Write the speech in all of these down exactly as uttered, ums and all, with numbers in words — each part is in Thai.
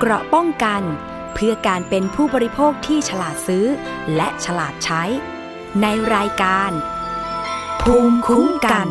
เกราะป้องกันเพื่อการเป็นผู้บริโภคที่ฉลาดซื้อและฉลาดใช้ในรายการภูมิคุ้มกัน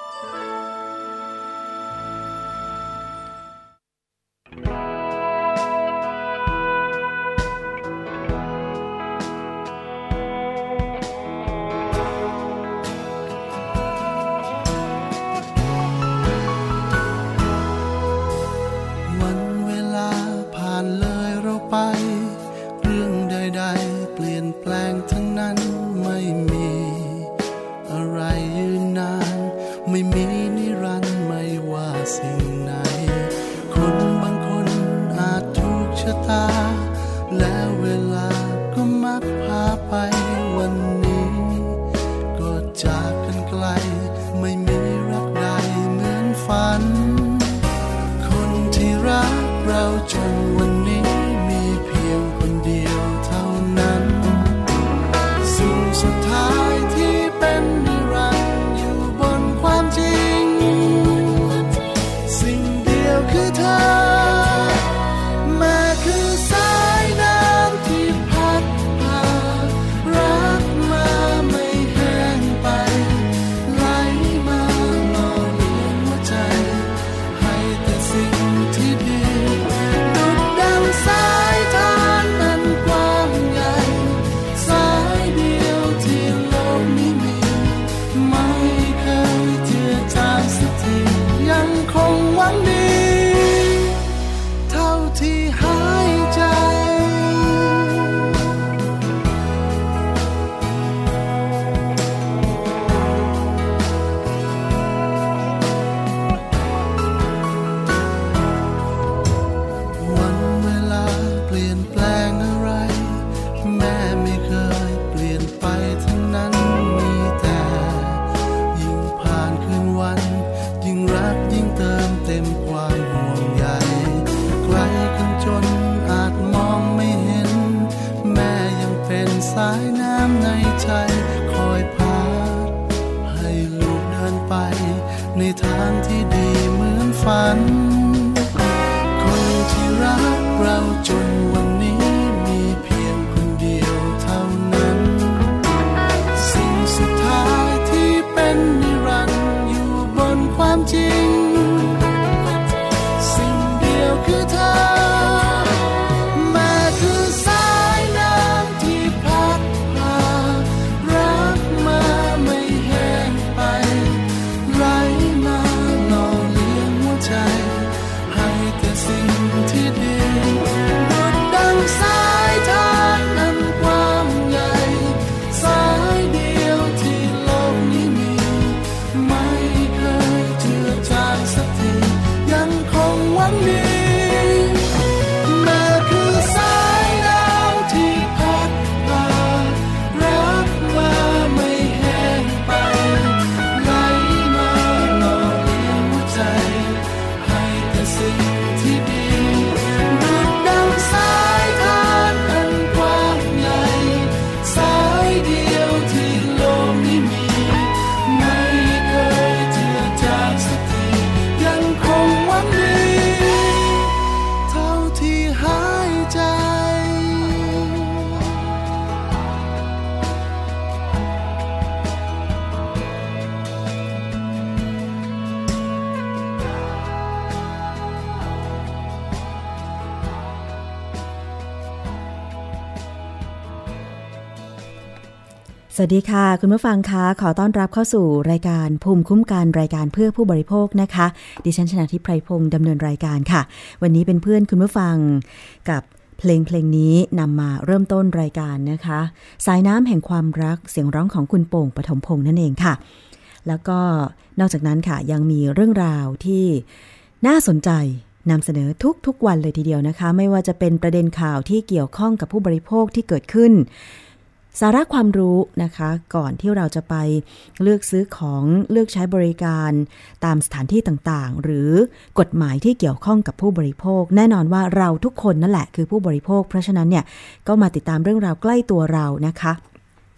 สวัสดีค่ะคุณผู้ฟังคะขอต้อนรับเข้าสู่รายการภูมิคุ้มกันรายการเพื่อผู้บริโภคนะคะดิฉันชนาธิป ไพรพงศ์ดำเนินรายการค่ะวันนี้เป็นเพื่อนคุณผู้ฟังกับเพลงเพลงนี้นำมาเริ่มต้นรายการนะคะสายน้ำแห่งความรักเสียงร้องของคุณโป่งปฐมพงษ์นั่นเองค่ะแล้วก็นอกจากนั้นค่ะยังมีเรื่องราวที่น่าสนใจนำเสนอทุกๆวันเลยทีเดียวนะคะไม่ว่าจะเป็นประเด็นข่าวที่เกี่ยวข้องกับผู้บริโภคที่เกิดขึ้นสาระความรู้นะคะก่อนที่เราจะไปเลือกซื้อของเลือกใช้บริการตามสถานที่ต่างๆหรือกฎหมายที่เกี่ยวข้องกับผู้บริโภคแน่นอนว่าเราทุกคนนั่นแหละคือผู้บริโภคเพราะฉะนั้นเนี่ยก็มาติดตามเรื่องราวใกล้ตัวเรานะคะ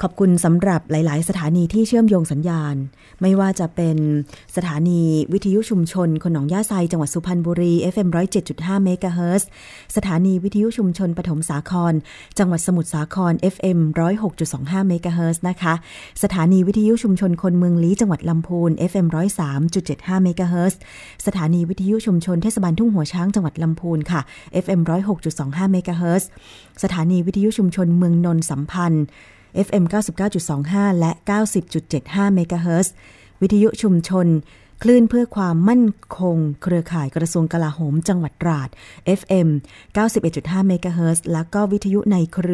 ขอบคุณสำหรับหลายๆสถานีที่เชื่อมโยงสัญญาณไม่ว่าจะเป็นสถานีวิทยุชุมชนคนหนองย่าไซจังหวัดสุพรรณบุรี เอฟ เอ็ม หนึ่งร้อยเจ็ดจุดห้า เมกะเฮิรตซ์สถานีวิทยุชุมชนปฐมสาครจังหวัดสมุทรสาคร เอฟ เอ็ม หนึ่งร้อยหกจุดสองห้า เมกะเฮิรตซ์นะคะสถานีวิทยุชุมชนคนเมืองลี้จังหวัดลำพูน เอฟ เอ็ม หนึ่งร้อยสามจุดเจ็ดห้า เมกะเฮิรตซ์สถานีวิทยุชุมชนเทศบาลทุ่งหัวช้างจังหวัดลำพูนค่ะ เอฟ เอ็ม หนึ่งร้อยหกจุดสองห้า เมกะเฮิรตซ์สถานีวิทยุชุมชนเมืองนนท์สัมพันธ์เอฟ เอ็ม เก้าสิบเก้าจุดสองห้า และ เก้าสิบจุดเจ็ดห้า เมกะเฮิรตซ์วิทยุชุมชนคลื่นเพื่อความมั่นคงเครือข่ายกระทรวงกลาโหมจังหวัดตราด เอฟ เอ็ม เก้าสิบเอ็ดจุดห้า เมกะเฮิรตซ์แล้วก็วิทยุในเครือ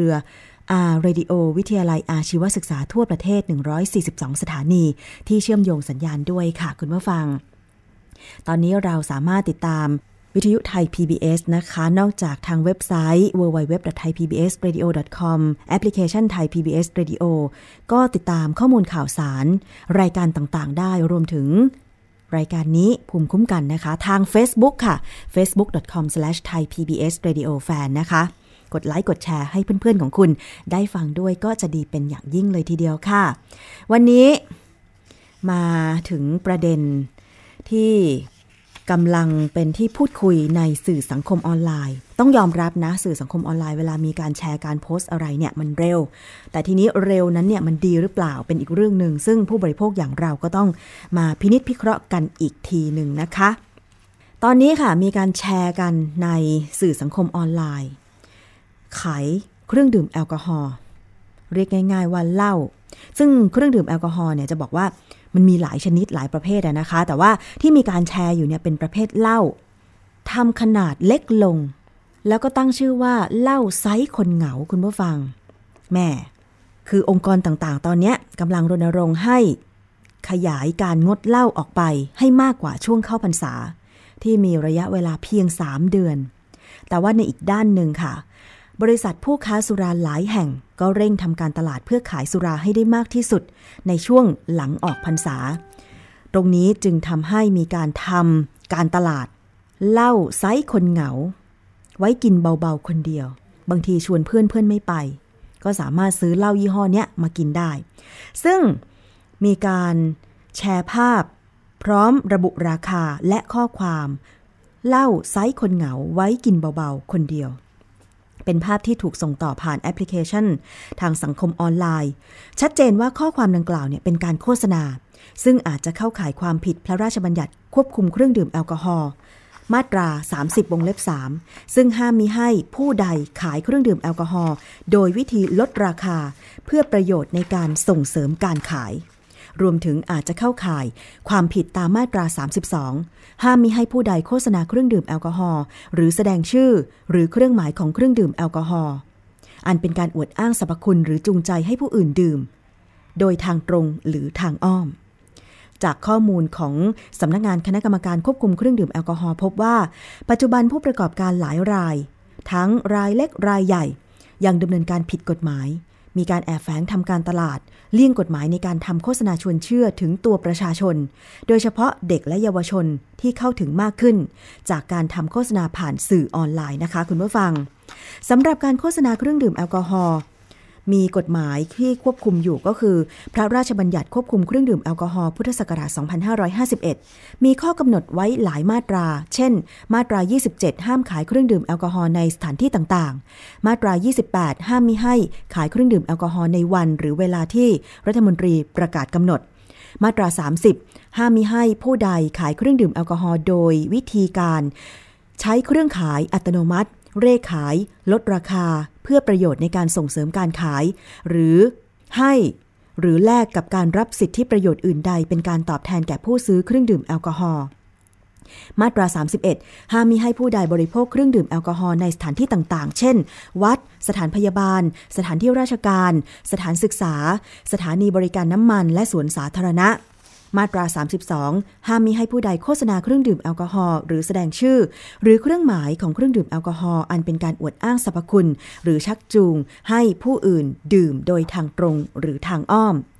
R Radio วิทยาลัยอาชีวศึกษาทั่วประเทศหนึ่งร้อยสี่สิบสองสถานีที่เชื่อมโยงสัญญาณด้วยค่ะคุณผู้ฟังตอนนี้เราสามารถติดตามวิทยุไทย พี บี เอส นะคะนอกจากทางเว็บไซต์ ดับเบิลยู ดับเบิลยู ดับเบิลยู ดอท ไทยพีบีเอสเรดิโอ ดอท คอม แอปพลิเคชัน Thai พี บี เอส Radio ก็ติดตามข้อมูลข่าวสารรายการต่างๆได้รวมถึงรายการนี้ภูมิคุ้มกันนะคะทาง Facebook ค่ะ เฟซบุ๊ก ดอท คอม สแลช ไทยพีบีเอสเรดิโอแฟน นะคะกดไลค์กดแชร์ให้เพื่อนๆของคุณได้ฟังด้วยก็จะดีเป็นอย่างยิ่งเลยทีเดียวค่ะวันนี้มาถึงประเด็นที่กำลังเป็นที่พูดคุยในสื่อสังคมออนไลน์ต้องยอมรับนะสื่อสังคมออนไลน์เวลามีการแชร์การโพสต์อะไรเนี่ยมันเร็วแต่ทีนี้เร็วนั้นเนี่ยมันดีหรือเปล่าเป็นอีกเรื่องนึงซึ่งผู้บริโภคอย่างเราก็ต้องมาพินิจพิเคราะห์กันอีกทีนึงนะคะตอนนี้ค่ะมีการแชร์กันในสื่อสังคมออนไลน์ขายเครื่องดื่มแอลกอฮอล์เรียกง่ายๆว่าเหล้าซึ่งเครื่องดื่มแอลกอฮอล์เนี่ยจะบอกว่ามันมีหลายชนิดหลายประเภทนะคะแต่ว่าที่มีการแชร์อยู่เนี่ยเป็นประเภทเหล้าทำขนาดเล็กลงแล้วก็ตั้งชื่อว่าเหล้าไซส์คนเหงาคุณผู้ฟังแม่คือองค์กรต่างๆตอนนี้กำลังรณรงค์ให้ขยายการงดเหล้าออกไปให้มากกว่าช่วงเข้าพรรษาที่มีระยะเวลาเพียงสามเดือนแต่ว่าในอีกด้านหนึ่งค่ะบริษัทผู้ค้าสุราหลายแห่งก็เร่งทำการตลาดเพื่อขายสุราให้ได้มากที่สุดในช่วงหลังออกพรรษาตรงนี้จึงทำให้มีการทำการตลาดเหล้าไซส์คนเหงาไว้กินเบาๆคนเดียวบางทีชวนเพื่อนเพื่อนไม่ไปก็สามารถซื้อเหล้ายี่ห้อนี้มากินได้ซึ่งมีการแชร์ภาพพร้อมระบุราคาและข้อความเหล้าไซส์คนเหงาไว้กินเบาๆคนเดียวเป็นภาพที่ถูกส่งต่อผ่านแอปพลิเคชันทางสังคมออนไลน์ชัดเจนว่าข้อความดังกล่าวเนี่ยเป็นการโฆษณาซึ่งอาจจะเข้าข่ายความผิดพระราชบัญญัติควบคุมเครื่องดื่มแอลกอฮอล์มาตราสามสิบวงเล็บสามซึ่งห้ามมิให้ผู้ใดขายเครื่องดื่มแอลกอฮอล์โดยวิธีลดราคาเพื่อประโยชน์ในการส่งเสริมการขายรวมถึงอาจจะเข้าข่ายความผิดตามมาตราสามสิบสองห้ามมิให้ผู้ใดโฆษณาเครื่องดื่มแอลกอฮอล์หรือแสดงชื่อหรือเครื่องหมายของเครื่องดื่มแอลกอฮอล์อันเป็นการอวดอ้างสรรพคุณหรือจูงใจให้ผู้อื่นดื่มโดยทางตรงหรือทางอ้อมจากข้อมูลของสำนักงานคณะกรรมการควบคุมเครื่องดื่มแอลกอฮอล์พบว่าปัจจุบันผู้ประกอบการหลายรายทั้งรายเล็กรายใหญ่ยังดำเนินการผิดกฎหมายมีการแอบแฝงทำการตลาดเลี่ยงกฎหมายในการทำโฆษณาชวนเชื่อถึงตัวประชาชนโดยเฉพาะเด็กและเยาวชนที่เข้าถึงมากขึ้นจากการทำโฆษณาผ่านสื่อออนไลน์นะคะคุณผู้ฟังสำหรับการโฆษณาเครื่องดื่มแอลกอฮอล์มีกฎหมายที่ควบคุมอยู่ก็คือพระราชบัญญัติควบคุมเครื่องดื่มแอลกอฮอล์พุทธศักราชสองพันห้าร้อยห้าสิบเอ็ดมีข้อกำหนดไว้หลายมาตราเช่นมาตรายี่สิบเจ็ดห้ามขายเครื่องดื่มแอลกอฮอล์ในสถานที่ต่างๆมาตรายี่สิบแปดห้ามมิให้ขายเครื่องดื่มแอลกอฮอล์ในวันหรือเวลาที่รัฐมนตรีประกาศกำหนดมาตราสามสิบห้ามมิให้ผู้ใดขายเครื่องดื่มแอลกอฮอล์โดยวิธีการใช้เครื่องขายอัตโนมัติเร่ขายลดราคาเพื่อประโยชน์ในการส่งเสริมการขายหรือให้หรือแลกกับการรับสิทธิประโยชน์อื่นใดเป็นการตอบแทนแก่ผู้ซื้อเครื่องดื่มแอลกอฮอล์มาตราสามสิบเอ็ดห้ามมิให้ผู้ใดบริโภคเครื่องดื่มแอลกอฮอล์ในสถานที่ต่างๆเช่นวัดสถานพยาบาลสถานที่ราชการสถานศึกษาสถานีบริการน้ำมันและสวนสาธารณะมาตราสามสิบสองห้ามมิให้ผู้ใดโฆษณาเครื่องดื่มแอลกอฮอล์หรือแสดงชื่อหรือเครื่องหมายของเครื่องดื่มแอลกอฮอล์อันเป็นการอวดอ้างสรรพคุณหรือชักจูงให้ผู้อื่นดื่มโดยทางตรงหรือทางอ้อม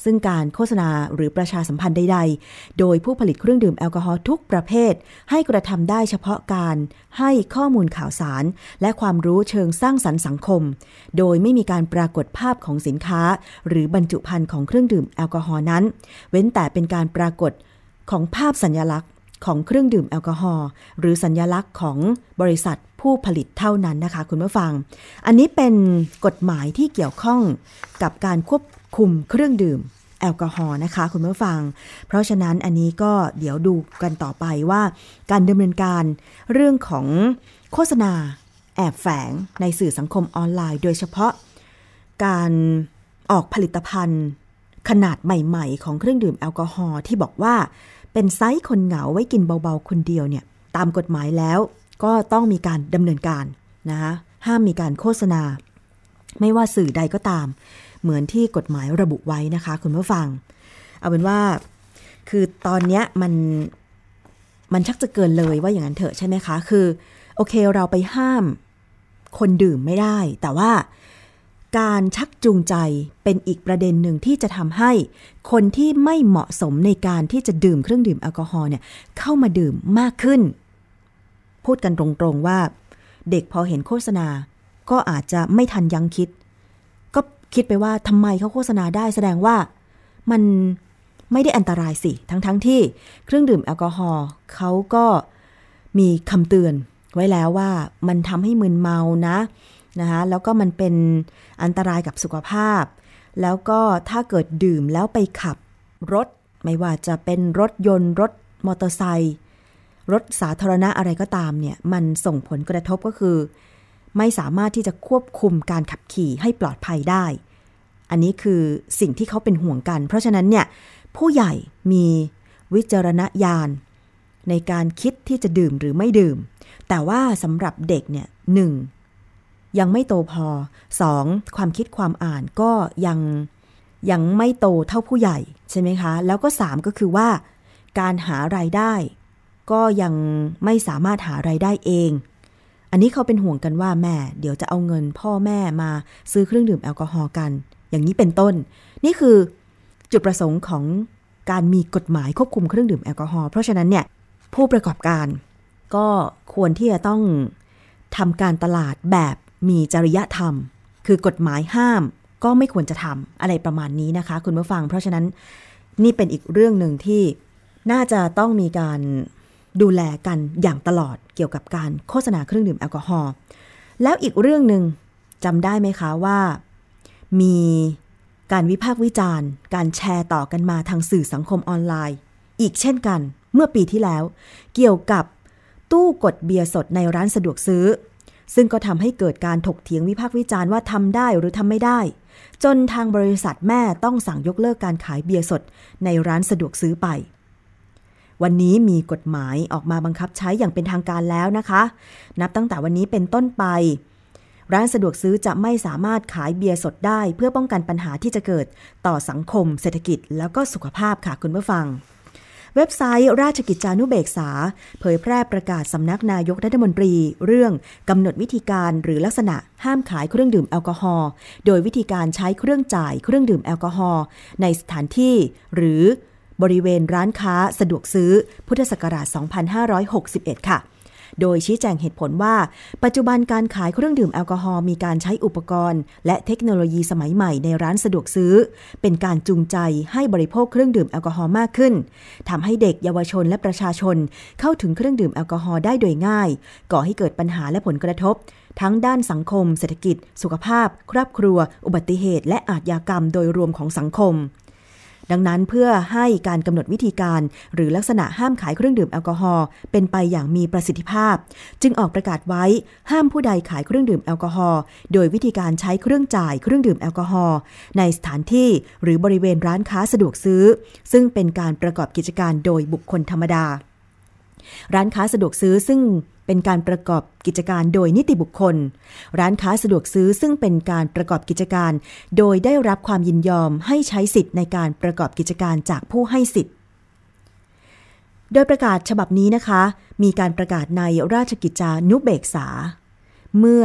ซึ่งการโฆษณาหรือประชาสัมพันธ์ใดๆโดยผู้ผลิตเครื่องดื่มแอลกอฮอล์ทุกประเภทให้กระทำได้เฉพาะการให้ข้อมูลข่าวสารและความรู้เชิงสร้างสรรค์สังคมโดยไม่มีการปรากฏภาพของสินค้าหรือบรรจุภัณฑ์ของเครื่องดื่มแอลกอฮอล์นั้นเว้นแต่เป็นการปรากฏของภาพสัญลักษณ์ของเครื่องดื่มแอลกอฮอล์หรือสัญลักษณ์ของบริษัทผู้ผลิตเท่านั้นนะคะคุณผู้ฟังอันนี้เป็นกฎหมายที่เกี่ยวข้องกับการควบคุมเครื่องดื่มแอลกอฮอล์นะคะคุณผู้ฟังเพราะฉะนั้นอันนี้ก็เดี๋ยวดูกันต่อไปว่าการดำเนินการเรื่องของโฆษณาแอบแฝงในสื่อสังคมออนไลน์โดยเฉพาะการออกผลิตภัณฑ์ขนาดใหม่ๆของเครื่องดื่มแอลกอฮอล์ที่บอกว่าเป็นไซส์คนเหงาไว้กินเบาๆคนเดียวเนี่ยตามกฎหมายแล้วก็ต้องมีการดำเนินการนะคะห้ามมีการโฆษณาไม่ว่าสื่อใดก็ตามเหมือนที่กฎหมายระบุไว้นะคะคุณผู้ฟังเอาเป็นว่าคือตอนนี้มันมันชักจะเกินเลยว่าอย่างนั้นเถอะใช่ไหมคะคือโอเคเราไปห้ามคนดื่มไม่ได้แต่ว่าการชักจูงใจเป็นอีกประเด็นหนึ่งที่จะทำให้คนที่ไม่เหมาะสมในการที่จะดื่มเครื่องดื่มแอลกอฮอล์เนี่ยเข้ามาดื่มมากขึ้นพูดกันตรงๆว่าเด็กพอเห็นโฆษณาก็อาจจะไม่ทันยั้งคิดก็คิดไปว่าทำไมเขาโฆษณาได้แสดงว่ามันไม่ได้อันตรายสิทั้งๆ ท, ที่เครื่องดื่มแอลกอฮอล์เขาก็มีคำเตือนไว้แล้วว่ามันทำให้มึนเมานะนะคะแล้วก็มันเป็นอันตรายกับสุขภาพแล้วก็ถ้าเกิดดื่มแล้วไปขับรถไม่ว่าจะเป็นรถยนต์รถมอเตอร์ไซค์รถสาธารณะอะไรก็ตามเนี่ยมันส่งผลกระทบก็คือไม่สามารถที่จะควบคุมการขับขี่ให้ปลอดภัยได้อันนี้คือสิ่งที่เขาเป็นห่วงกันเพราะฉะนั้นเนี่ยผู้ใหญ่มีวิจารณญาณในการคิดที่จะดื่มหรือไม่ดื่มแต่ว่าสำหรับเด็กเนี่ยหนึ่งยังไม่โตพอสองความคิดความอ่านก็ยังยังไม่โตเท่าผู้ใหญ่ใช่ไหมคะแล้วก็สามก็คือว่าการหารายได้ก็ยังไม่สามารถหารายได้เองอันนี้เขาเป็นห่วงกันว่าแม่เดี๋ยวจะเอาเงินพ่อแม่มาซื้อเครื่องดื่มแอลกอฮอล์กันอย่างนี้เป็นต้นนี่คือจุดประสงค์ของการมีกฎหมายควบคุมเครื่องดื่มแอลกอฮอล์เพราะฉะนั้นเนี่ยผู้ประกอบการก็ควรที่จะต้องทำการตลาดแบบมีจริยธรรมคือกฎหมายห้ามก็ไม่ควรจะทำอะไรประมาณนี้นะคะคุณผู้ฟังเพราะฉะนั้นนี่เป็นอีกเรื่องหนึ่งที่น่าจะต้องมีการดูแลกันอย่างตลอดเกี่ยวกับการโฆษณาเครื่องดื่มแอลกอฮอล์แล้วอีกเรื่องหนึ่งจำได้ไหมคะว่ามีการวิพากษ์วิจารณ์การแชร์ต่อกันมาทางสื่อสังคมออนไลน์อีกเช่นกันเมื่อปีที่แล้วเกี่ยวกับตู้กดเบียร์สดในร้านสะดวกซื้อซึ่งก็ทำให้เกิดการถกเถียงวิพากษ์วิจารณ์ว่าทำได้หรือทำไม่ได้จนทางบริษัทแม่ต้องสั่งยกเลิกการขายเบียร์สดในร้านสะดวกซื้อไปวันนี้มีกฎหมายออกมาบังคับใช้อย่างเป็นทางการแล้วนะคะนับตั้งแต่วันนี้เป็นต้นไปร้านสะดวกซื้อจะไม่สามารถขายเบียร์สดได้เพื่อป้องกันปัญหาที่จะเกิดต่อสังคมเศรษฐกิจแล้วก็สุขภาพค่ะคุณผู้ฟังเว็บไซต์ราชกิจจานุเบกษาเผยแพร่ประกาศสำนักนายกรัฐมนตรีเรื่องกำหนดวิธีการหรือลักษณะห้ามขายเครื่องดื่มแอลกอฮอล์โดยวิธีการใช้เครื่องจ่ายเครื่องดื่มแอลกอฮอล์ในสถานที่หรือบริเวณร้านค้าสะดวกซื้อพุทธศักราชสองพันห้าร้อยหกสิบเอ็ดค่ะโดยชี้แจงเหตุผลว่าปัจจุบันการขายเครื่องดื่มแอลกอฮอล์มีการใช้อุปกรณ์และเทคโนโลยีสมัยใหม่ในร้านสะดวกซื้อเป็นการจูงใจให้บริโภคเครื่องดื่มแอลกอฮอล์มากขึ้นทำให้เด็กเยาวชนและประชาชนเข้าถึงเครื่องดื่มแอลกอฮอล์ได้โดยง่ายก่อให้เกิดปัญหาและผลกระทบทั้งด้านสังคมเศรษฐกิจสุขภาพครอบครัวอุบัติเหตุและอาชญากรรมโดยรวมของสังคมดังนั้นเพื่อให้การกำหนดวิธีการหรือลักษณะห้ามขายเครื่องดื่มแอลกอฮอล์เป็นไปอย่างมีประสิทธิภาพจึงออกประกาศไว้ห้ามผู้ใดขายเครื่องดื่มแอลกอฮอล์โดยวิธีการใช้เครื่องจ่ายเครื่องดื่มแอลกอฮอล์ในสถานที่หรือบริเวณร้านค้าสะดวกซื้อซึ่งเป็นการประกอบกิจการโดยบุคคลธรรมดาร้านค้าสะดวกซื้อซึ่งเป็นการประกอบกิจการโดยนิติบุคคลร้านค้าสะดวกซื้อซึ่งเป็นการประกอบกิจการโดยได้รับความยินยอมให้ใช้สิทธิ์ในการประกอบกิจการจากผู้ให้สิทธิ์โดยประกาศฉบับนี้นะคะมีการประกาศในราชกิจจานุเบกษาเมื่อ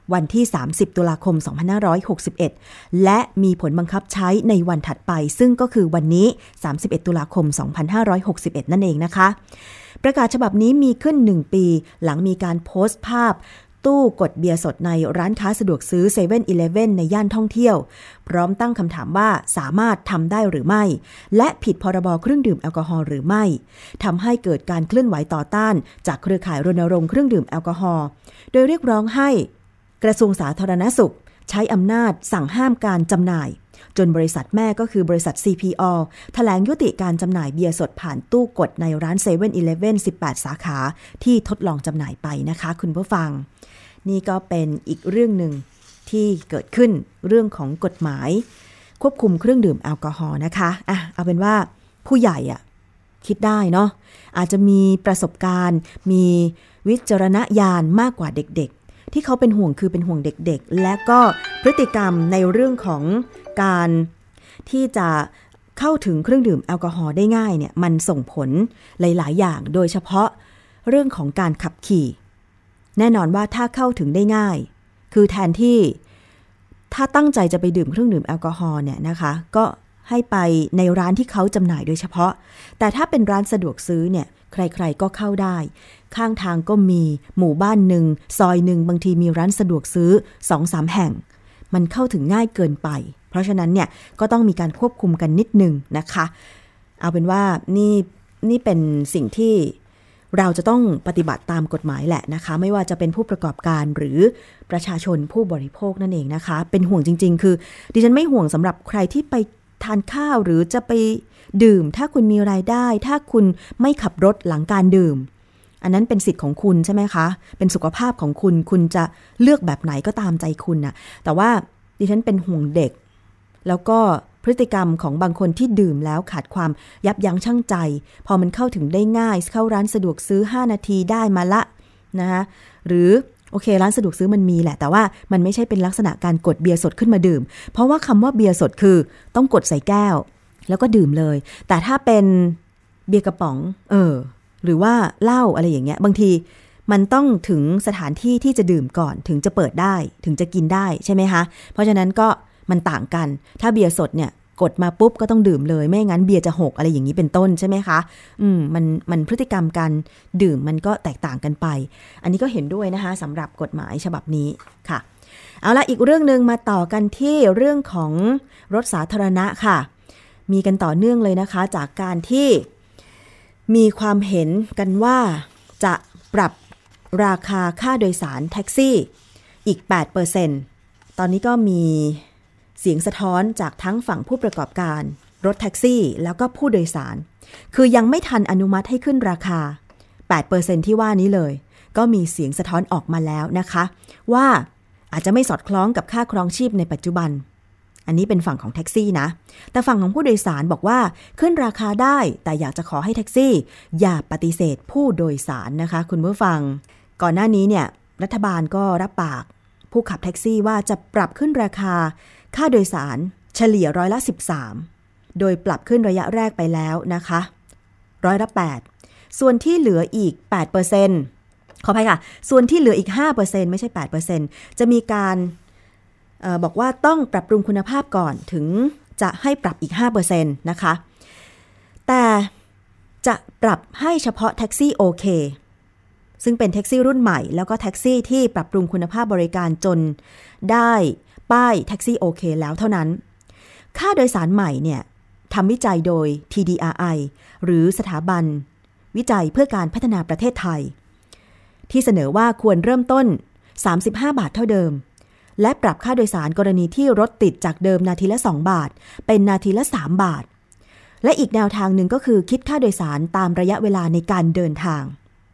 วันที่สามสิบตุลาคมสองพันห้าร้อยหกสิบเอ็ดและมีผลบังคับใช้ในวันถัดไปซึ่งก็คือวันนี้สามสิบเอ็ดตุลาคมสองพันห้าร้อยหกสิบเอ็ดนั่นเองนะคะประกาศฉบับนี้มีขึ้นหนึ่งปีหลังมีการโพสต์ภาพตู้กดเบียร์สดในร้านค้าสะดวกซื้อ เซเว่น อีเลฟเว่น ในย่านท่องเที่ยวพร้อมตั้งคำถามว่าสามารถทำได้หรือไม่และผิดพรบเครื่องดื่มแอลกอฮอล์หรือไม่ทำให้เกิดการเคลื่อนไหวต่อต้านจากเครือข่ายรณรงค์เครื่องดื่มแอลกอฮอล์โดยเรียกร้องให้กระทรวงสาธารณสุขใช้อำนาจสั่งห้ามการจำหน่ายจนบริษัทแม่ก็คือบริษัท ซี พี โอ แถลงยุติการจำหน่ายเบียร์สดผ่านตู้กดในร้าน เซเว่น อีเลฟเว่น สิบแปด สาขาที่ทดลองจำหน่ายไปนะคะคุณผู้ฟังนี่ก็เป็นอีกเรื่องหนึ่งที่เกิดขึ้นเรื่องของกฎหมายควบคุมเครื่องดื่มแอลกอฮอล์นะคะอ่ะเอาเป็นว่าผู้ใหญ่อ่ะคิดได้เนาะอาจจะมีประสบการณ์มีวิจารณญาณมากกว่าเด็กๆที่เขาเป็นห่วงคือเป็นห่วงเด็กๆและก็พฤติกรรมในเรื่องของการที่จะเข้าถึงเครื่องดื่มแอลกอฮอล์ได้ง่ายเนี่ยมันส่งผลหลายๆอย่างโดยเฉพาะเรื่องของการขับขี่แน่นอนว่าถ้าเข้าถึงได้ง่ายคือแทนที่ถ้าตั้งใจจะไปดื่มเครื่องดื่มแอลกอฮอล์เนี่ยนะคะก็ให้ไปในร้านที่เขาจำหน่ายโดยเฉพาะแต่ถ้าเป็นร้านสะดวกซื้อเนี่ยใครๆก็เข้าได้ข้างทางก็มีหมู่บ้านหนึ่งซอยหนึ่งบางทีมีร้านสะดวกซื้อ สองสาม แห่งมันเข้าถึงง่ายเกินไปเพราะฉะนั้นเนี่ยก็ต้องมีการควบคุมกันนิดนึงนะคะเอาเป็นว่านี่นี่เป็นสิ่งที่เราจะต้องปฏิบัติตามกฎหมายแหละนะคะไม่ว่าจะเป็นผู้ประกอบการหรือประชาชนผู้บริโภคนั่นเองนะคะเป็นห่วงจริงๆคือดิฉันไม่ห่วงสำหรับใครที่ไปทานข้าวหรือจะไปดื่มถ้าคุณมีรายได้ถ้าคุณไม่ขับรถหลังการดื่มอันนั้นเป็นสิทธิ์ของคุณใช่ไหมคะเป็นสุขภาพของคุณคุณจะเลือกแบบไหนก็ตามใจคุณนะแต่ว่าดิฉันเป็นห่วงเด็กแล้วก็พฤติกรรมของบางคนที่ดื่มแล้วขาดความยับยั้งชั่งใจพอมันเข้าถึงได้ง่ายเข้าร้านสะดวกซื้อห้านาทีได้มาละนะคะหรือโอเคร้านสะดวกซื้อมันมีแหละแต่ว่ามันไม่ใช่เป็นลักษณะการกดเบียร์สดขึ้นมาดื่มเพราะว่าคำว่าเบียร์สดคือต้องกดใส่แก้วแล้วก็ดื่มเลยแต่ถ้าเป็นเบียร์กระป๋องเออหรือว่าเหล้าอะไรอย่างเงี้ยบางทีมันต้องถึงสถานที่ที่จะดื่มก่อนถึงจะเปิดได้ถึงจะกินได้ใช่ไหมคะเพราะฉะนั้นก็มันต่างกันถ้าเบียร์สดเนี่ยกดมาปุ๊บก็ต้องดื่มเลยไม่งั้นเบียร์จะหกอะไรอย่างนี้เป็นต้นใช่ไหมคะอืมมันมันพฤติกรรมการดื่มมันก็แตกต่างกันไปอันนี้ก็เห็นด้วยนะคะสำหรับกฎหมายฉบับนี้ค่ะเอาละอีกเรื่องนึงมาต่อกันที่เรื่องของรถสาธารณะค่ะมีกันต่อเนื่องเลยนะคะจากการที่มีความเห็นกันว่าจะปรับราคาค่าโดยสารแท็กซี่อีก แปดเปอร์เซ็นต์ ตอนนี้ก็มีเสียงสะท้อนจากทั้งฝั่งผู้ประกอบการรถแท็กซี่แล้วก็ผู้โดยสารคือยังไม่ทันอนุมัติให้ขึ้นราคา แปดเปอร์เซ็นต์ ที่ว่านี้เลยก็มีเสียงสะท้อนออกมาแล้วนะคะว่าอาจจะไม่สอดคล้องกับค่าครองชีพในปัจจุบันอันนี้เป็นฝั่งของแท็กซี่นะแต่ฝั่งของผู้โดยสารบอกว่าขึ้นราคาได้แต่อยากจะขอให้แท็กซี่อย่าปฏิเสธผู้โดยสารนะคะคุณผู้ฟังก่อนหน้านี้เนี่ยรัฐบาลก็รับปากผู้ขับแท็กซี่ว่าจะปรับขึ้นราคาค่าโดยสารเฉลี่ยร้อยละสิบสามโดยปรับขึ้นระยะแรกไปแล้วนะคะร้อยละแปดส่วนที่เหลืออีก แปดเปอร์เซ็นต์ ขออภัยค่ะส่วนที่เหลืออีก ห้าเปอร์เซ็นต์ ไม่ใช่ แปดเปอร์เซ็นต์ จะมีการเอ่อบอกว่าต้องปรับปรุงคุณภาพก่อนถึงจะให้ปรับอีก ห้าเปอร์เซ็นต์ นะคะแต่จะปรับให้เฉพาะแท็กซี่โอเคซึ่งเป็นแท็กซี่รุ่นใหม่แล้วก็แท็กซี่ที่ปรับปรุงคุณภาพบริการจนได้ป้ายแท็กซี่โอเคแล้วเท่านั้นค่าโดยสารใหม่เนี่ยทำวิจัยโดย ที ดี อาร์ ไอ หรือสถาบันวิจัยเพื่อการพัฒนาประเทศไทยที่เสนอว่าควรเริ่มต้นสามสิบห้าบาทเท่าเดิมและปรับค่าโดยสารกรณีที่รถติดจากเดิมนาทีละสองบาทเป็นนาทีละสามบาทและอีกแนวทางหนึ่งก็คือคิดค่าโดยสารตามระยะเวลาในการเดินทาง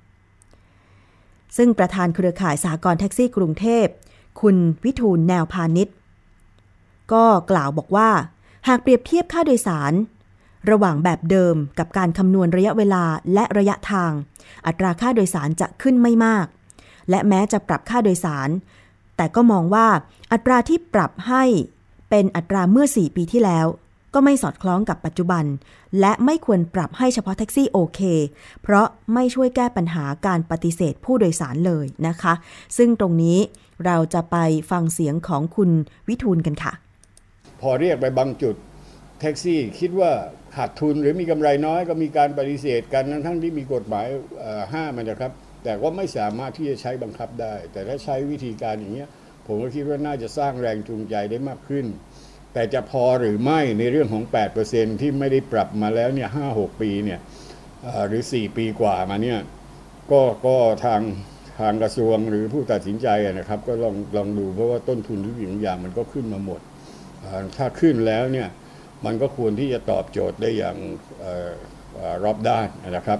ซึ่งประธานเครือข่ายสหกรณ์แท็กซี่กรุงเทพคุณวิทูลแนวพาณิชย์ก็กล่าวบอกว่าหากเปรียบเทียบค่าโดยสารระหว่างแบบเดิมกับการคำนวณระยะเวลาและระยะทางอัตราค่าโดยสารจะขึ้นไม่มากและแม้จะปรับค่าโดยสารแต่ก็มองว่าอัตราที่ปรับให้เป็นอัตราเมื่อสี่ปีที่แล้วก็ไม่สอดคล้องกับปัจจุบันและไม่ควรปรับให้เฉพาะแท็กซี่โอเคเพราะไม่ช่วยแก้ปัญหาการปฏิเสธผู้โดยสารเลยนะคะซึ่งตรงนี้เราจะไปฟังเสียงของคุณวิทูลกันค่ะพอเรียกไปบางจุดแท็กซี่คิดว่าขาดทุนหรือมีกำไรน้อยก็มีการปฏิเสธกันทั้งที่มีกฎหมายห้ามมันนะครับแต่ก็ไม่สามารถที่จะใช้บังคับได้แต่ถ้าใช้วิธีการอย่างนี้ผมก็คิดว่าน่าจะสร้างแรงจูงใจได้มากขึ้นแต่จะพอหรือไม่ในเรื่องของ แปดเปอร์เซ็นต์ ที่ไม่ได้ปรับมาแล้วเนี่ย ห้าหก ปีเนี่ยหรือสี่ปีกว่ามาเนี่ยก็ก็ทางทางกระทรวงหรือผู้ตัดสินใจนะครับก็ลองลองดูเพราะว่าต้นทุนทุกสิ่งอย่างมันก็ขึ้นมาหมดถ้าขึ้นแล้วเนี่ยมันก็ควรที่จะตอบโจทย์ได้อย่างรอบด้านนะครับ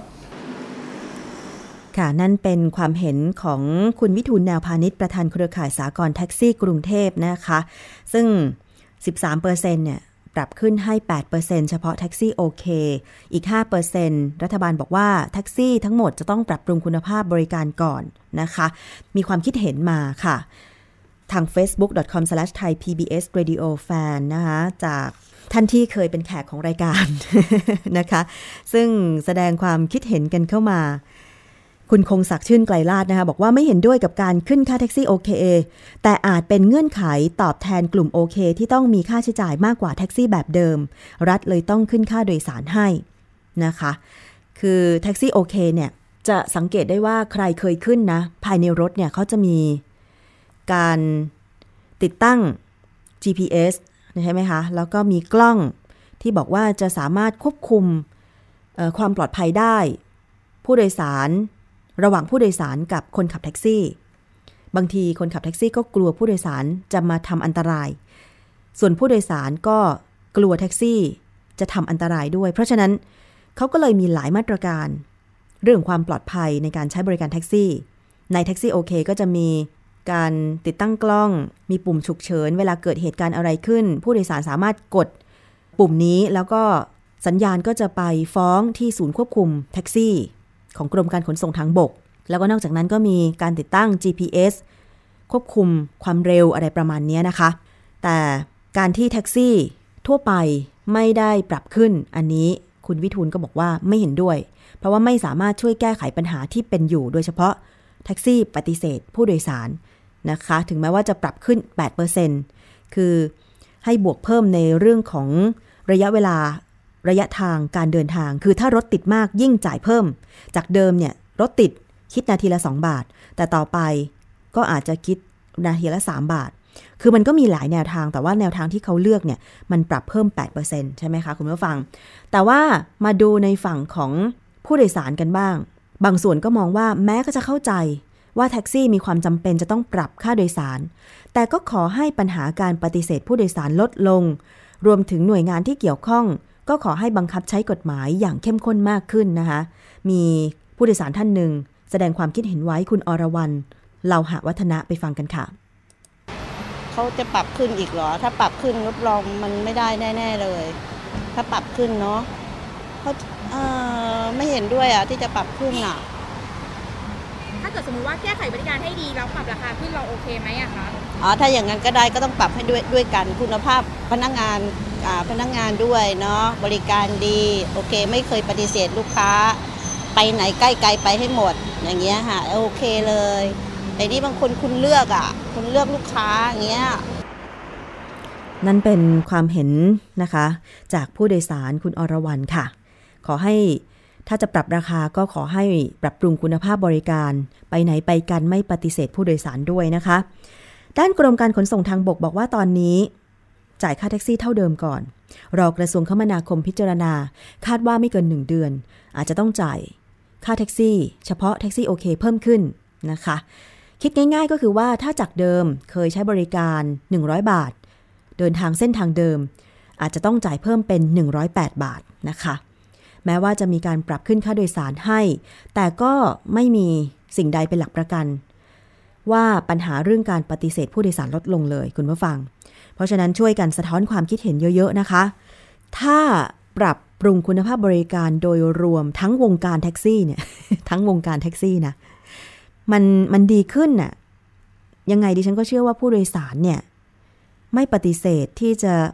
ค่ะนั่นเป็นความเห็นของคุณวิทูลแนวพาณิชย์ประธานเครือข่ายสหกรณ์แท็กซี่กรุงเทพนะคะซึ่ง สิบสามเปอร์เซ็นต์ เนี่ยปรับขึ้นให้ แปดเปอร์เซ็นต์ เฉพาะแท็กซี่โอเคอีก ห้าเปอร์เซ็นต์ รัฐบาลบอกว่าแท็กซี่ทั้งหมดจะต้องปรับปรุงคุณภาพบริการก่อนนะคะมีความคิดเห็นมาค่ะทาง เฟซบุ๊ก ดอท คอม สแลช ไทย พี บี เอส เรดิโอ แฟน นะคะจากท่านที่เคยเป็นแขกของรายการ นะคะซึ่งแสดงความคิดเห็นกันเข้ามาคุณคงศักดิ์ชื่นไกลลาภนะคะบอกว่าไม่เห็นด้วยกับการขึ้นค่าแท็กซี่ โอ เค แต่อาจเป็นเงื่อนไขตอบแทนกลุ่ม โอ เค ที่ต้องมีค่าใช้จ่ายมากกว่าแท็กซี่แบบเดิมรัฐเลยต้องขึ้นค่าโดยสารให้นะคะคือแท็กซี่ โอ เค เนี่ยจะสังเกตได้ว่าใครเคยขึ้นนะภายในรถเนี่ยเขาจะมีการติดตั้ง จี พี เอส ใช่ไหมคะแล้วก็มีกล้องที่บอกว่าจะสามารถควบคุมความปลอดภัยได้ผู้โดยสารระหว่างผู้โดยสารกับคนขับแท็กซี่บางทีคนขับแท็กซี่ก็กลัวผู้โดยสารจะมาทำอันตรายส่วนผู้โดยสารก็กลัวแท็กซี่จะทำอันตรายด้วยเพราะฉะนั้นเขาก็เลยมีหลายมาตรการเรื่องความปลอดภัยในการใช้บริการแท็กซี่ในแท็กซี่โอเคก็จะมีการติดตั้งกล้องมีปุ่มฉุกเฉินเวลาเกิดเหตุการณ์อะไรขึ้นผู้โดยสารสามารถกดปุ่มนี้แล้วก็สัญญาณก็จะไปฟ้องที่ศูนย์ควบคุมแท็กซี่ของกรมการขนส่งทางบกแล้วก็นอกจากนั้นก็มีการติดตั้ง จี พี เอส ควบคุมความเร็วอะไรประมาณนี้นะคะแต่การที่แท็กซี่ทั่วไปไม่ได้ปรับขึ้นอันนี้คุณวิทูลก็บอกว่าไม่เห็นด้วยเพราะว่าไม่สามารถช่วยแก้ไขปัญหาที่เป็นอยู่โดยเฉพาะแท็กซี่ปฏิเสธผู้โดยสารนะคะถึงแม้ว่าจะปรับขึ้น แปดเปอร์เซ็นต์ คือให้บวกเพิ่มในเรื่องของระยะเวลาระยะทางการเดินทางคือถ้ารถติดมากยิ่งจ่ายเพิ่มจากเดิมเนี่ยรถติดคิดนาทีละสองบาทแต่ต่อไปก็อาจจะคิดนาทีละสามบาทคือมันก็มีหลายแนวทางแต่ว่าแนวทางที่เขาเลือกเนี่ยมันปรับเพิ่ม แปดเปอร์เซ็นต์ ใช่ไหมคะคุณผู้ฟังแต่ว่ามาดูในฝั่งของผู้โดยสารกันบ้างบางส่วนก็มองว่าแม้ก็จะเข้าใจว่าแท็กซี่มีความจำเป็นจะต้องปรับค่าโดยสารแต่ก็ขอให้ปัญหาการปฏิเสธผู้โดยสารลดลงรวมถึงหน่วยงานที่เกี่ยวข้องก็ขอให้บังคับใช้กฎหมายอย่างเข้มข้นมากขึ้นนะคะมีผู้โดยสารท่านหนึ่งแสดงความคิดเห็นไว้คุณอรวรรณเลาหะวัฒนะไปฟังกันค่ะเขาจะปรับขึ้นอีกเหรอถ้าปรับขึ้นรับรองมันไม่ได้แน่ๆเลยถ้าปรับขึ้นเนาะเขาเอ่อไม่เห็นด้วยอ่ะที่จะปรับขึ้นอ่ะถ้าเกิดสมมติว่าแก้ไขบริการให้ดีแล้วปรับราคาขึ้นเราโอเคไหมอะคะอ๋อถ้าอย่างนั้นก็ได้ก็ต้องปรับให้ด้วยด้วยกันคุณภาพพนักงานอ่าพนักงานด้วยเนาะบริการดีโอเคไม่เคยปฏิเสธลูกค้าไปไหนใกล้ไกลไปให้หมดอย่างเงี้ยค่ะโอเคเลยแต่นี่บางคนคุณเลือกอ่ะคุณเลือกลูกค้าอย่างเงี้ยนั่นเป็นความเห็นนะคะจากผู้โดยสารคุณอรวรรณค่ะขอให้ถ้าจะปรับราคาก็ขอให้ปรับปรุงคุณภาพบริการไปไหนไปกันไม่ปฏิเสธผู้โดยสารด้วยนะคะด้านกรมการขนส่งทางบกบอกว่าตอนนี้จ่ายค่าแท็กซี่เท่าเดิมก่อนรอกระทรวงคมนาคมพิจารณาคาดว่าไม่เกินหนึ่งเดือนอาจจะต้องจ่ายค่าแท็กซี่เฉพาะแท็กซี่โอเคเพิ่มขึ้นนะคะคิดง่ายๆก็คือว่าถ้าจากเดิมเคยใช้บริการหนึ่งร้อยบาทเดินทางเส้นทางเดิมอาจจะต้องจ่ายเพิ่มเป็นหนึ่งร้อยแปดบาทนะคะแม้ว่าจะมีการปรับขึ้นค่าโดยสารให้แต่ก็ไม่มีสิ่งใดเป็นหลักประกันว่าปัญหาเรื่องการปฏิเสธผู้โดยสารลดลงเลยคุณผู้ฟังเพราะฉะนั้นช่วยกันสะท้อนความคิดเห็นเยอะๆนะคะถ้าปรับปรุงคุณภาพบริการโดยรวมทั้งวงการแท็กซี่เนี่ย ทั้งวงการแท็กซี่นะมันมันดีขึ้นน่ะยังไงดิฉันก็เชื่อว่าผู้โดยสารเนี่ยไม่ปฏิเสธที่จะ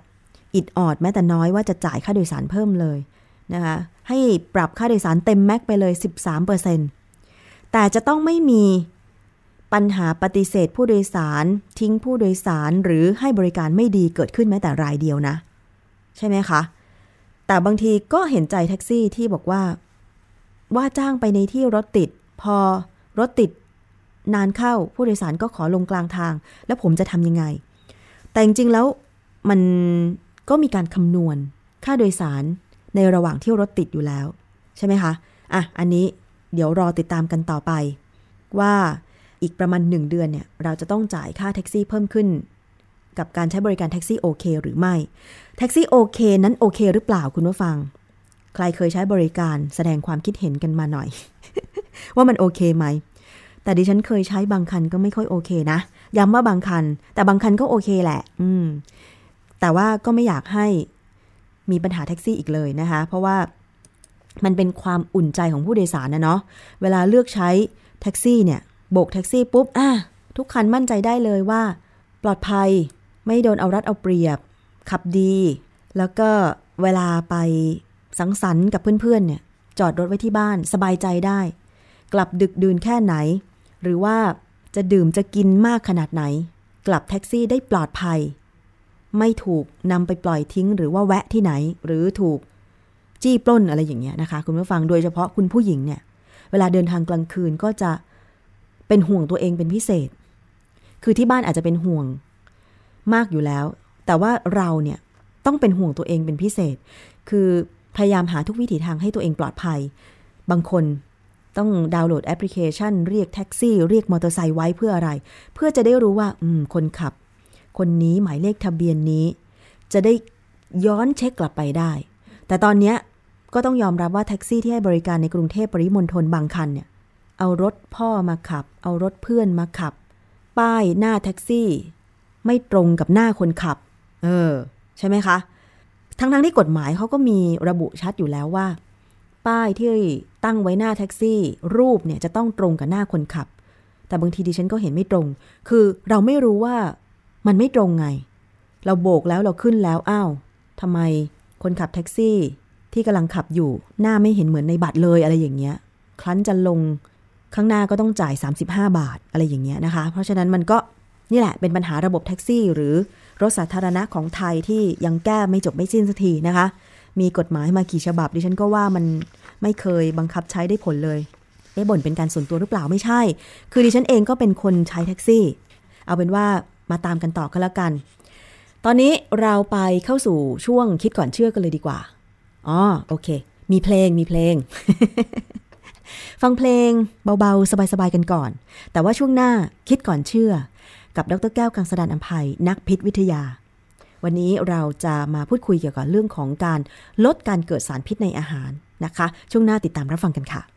อิดออดแม้แต่น้อยว่าจะจ่ายค่าโดยสารเพิ่มเลยนะคะให้ปรับค่าโดยสารเต็มแม็กไปเลย สิบสามเปอร์เซ็นต์ แต่จะต้องไม่มีปัญหาปฏิเสธผู้โดยสารทิ้งผู้โดยสารหรือให้บริการไม่ดีเกิดขึ้นแม้แต่รายเดียวนะใช่ไหมคะแต่บางทีก็เห็นใจแท็กซี่ที่บอกว่าว่าจ้างไปในที่รถติดพอรถติดนานเข้าผู้โดยสารก็ขอลงกลางทางแล้วผมจะทำยังไงแต่จริงๆแล้วมันก็มีการคำนวณค่าโดยสารในระหว่างที่รถติดอยู่แล้วใช่ไหมคะอ่ะอันนี้เดี๋ยวรอติดตามกันต่อไปว่าอีกประมาณหนึ่งเดือนเนี่ยเราจะต้องจ่ายค่าแท็กซี่เพิ่มขึ้นกับการใช้บริการแท็กซี่โอเคหรือไม่แท็กซี่โอเคนั้นโอเคหรือเปล่าคุณผู้ฟังใครเคยใช้บริการแสดงความคิดเห็นกันมาหน่อย ว่ามันโอเคไหมแต่ดิฉันเคยใช้บางคันก็ไม่ค่อยโอเคนะย้ำว่าบางคันแต่บางคันก็โอเคแหละอืมแต่ว่าก็ไม่อยากให้มีปัญหาแท็กซี่อีกเลยนะคะเพราะว่ามันเป็นความอุ่นใจของผู้โดยสารนะเนาะเวลาเลือกใช้แท็กซี่เนี่ยโบกแท็กซี่ปุ๊บอ่ะทุกคันมั่นใจได้เลยว่าปลอดภัยไม่โดนเอารัดเอาเปรียบขับดีแล้วก็เวลาไปสังสรรค์กับเพื่อนๆเนี่ยจอดรถไว้ที่บ้านสบายใจได้กลับดึกดื่นแค่ไหนหรือว่าจะดื่มจะกินมากขนาดไหนกลับแท็กซี่ได้ปลอดภัยไม่ถูกนำไปปล่อยทิ้งหรือว่าแวะที่ไหนหรือถูกจี้ปล้นอะไรอย่างเงี้ยนะคะคุณผู้ฟังโดยเฉพาะคุณผู้หญิงเนี่ยเวลาเดินทางกลางคืนก็จะเป็นห่วงตัวเองเป็นพิเศษคือที่บ้านอาจจะเป็นห่วงมากอยู่แล้วแต่ว่าเราเนี่ยต้องเป็นห่วงตัวเองเป็นพิเศษคือพยายามหาทุกวิถีทางให้ตัวเองปลอดภัยบางคนต้องดาวน์โหลดแอปพลิเคชันเรียกแท็กซี่เรียกมอเตอร์ไซค์ไว้เพื่ออะไรเพื่อจะได้รู้ว่าอืมคนขับคนนี้หมายเลขทะเบียนนี้จะได้ย้อนเช็คกลับไปได้แต่ตอนนี้ก็ต้องยอมรับว่าแท็กซี่ที่ให้บริการในกรุงเทพปริมณฑลบางคันเนี่ยเอารถพ่อมาขับเอารถเพื่อนมาขับป้ายหน้าแท็กซี่ไม่ตรงกับหน้าคนขับเออใช่ไหมคะทั้งๆที่กฎหมายเขาก็มีระบุชัดอยู่แล้วว่าป้ายที่ตั้งไว้หน้าแท็กซี่รูปเนี่ยจะต้องตรงกับหน้าคนขับแต่บางทีดิฉันก็เห็นไม่ตรงคือเราไม่รู้ว่ามันไม่ตรงไงเราโบกแล้วเราขึ้นแล้วอ้าวทำไมคนขับแท็กซี่ที่กำลังขับอยู่หน้าไม่เห็นเหมือนในบัตรเลยอะไรอย่างเงี้ยครั้นจะลงข้างหน้าก็ต้องจ่ายสามสิบห้าบาทอะไรอย่างเงี้ยนะคะเพราะฉะนั้นมันก็นี่แหละเป็นปัญหาระบบแท็กซี่หรือรถสาธารณะของไทยที่ยังแก้ไม่จบไม่สิ้นสักทีนะคะมีกฎหมายมากี่ฉบับดิฉันก็ว่ามันไม่เคยบังคับใช้ได้ผลเลยเอ๊ะบ่นเป็นการส่วนตัวหรือเปล่าไม่ใช่คือดิฉันเองก็เป็นคนใช้แท็กซี่เอาเป็นว่ามาตามกันต่อกันแล้วกันตอนนี้เราไปเข้าสู่ช่วงคิดก่อนเชื่อกันเลยดีกว่าอ๋อโอเคมีเพลงมีเพลง ฟังเพลงเบาๆสบายๆกันก่อนแต่ว่าช่วงหน้าคิดก่อนเชื่อกับดร.แก้วกังสดาลอำไพนักพิษวิทยาวันนี้เราจะมาพูดคุยเกี่ยวกับเรื่องของการลดการเกิดสารพิษในอาหารนะคะช่วงหน้าติดตามรับฟังกันค่ะ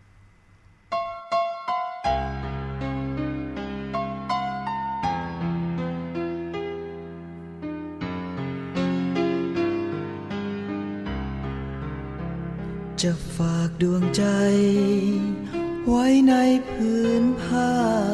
จะฝากดวงใจไว้ในพื้นผ้า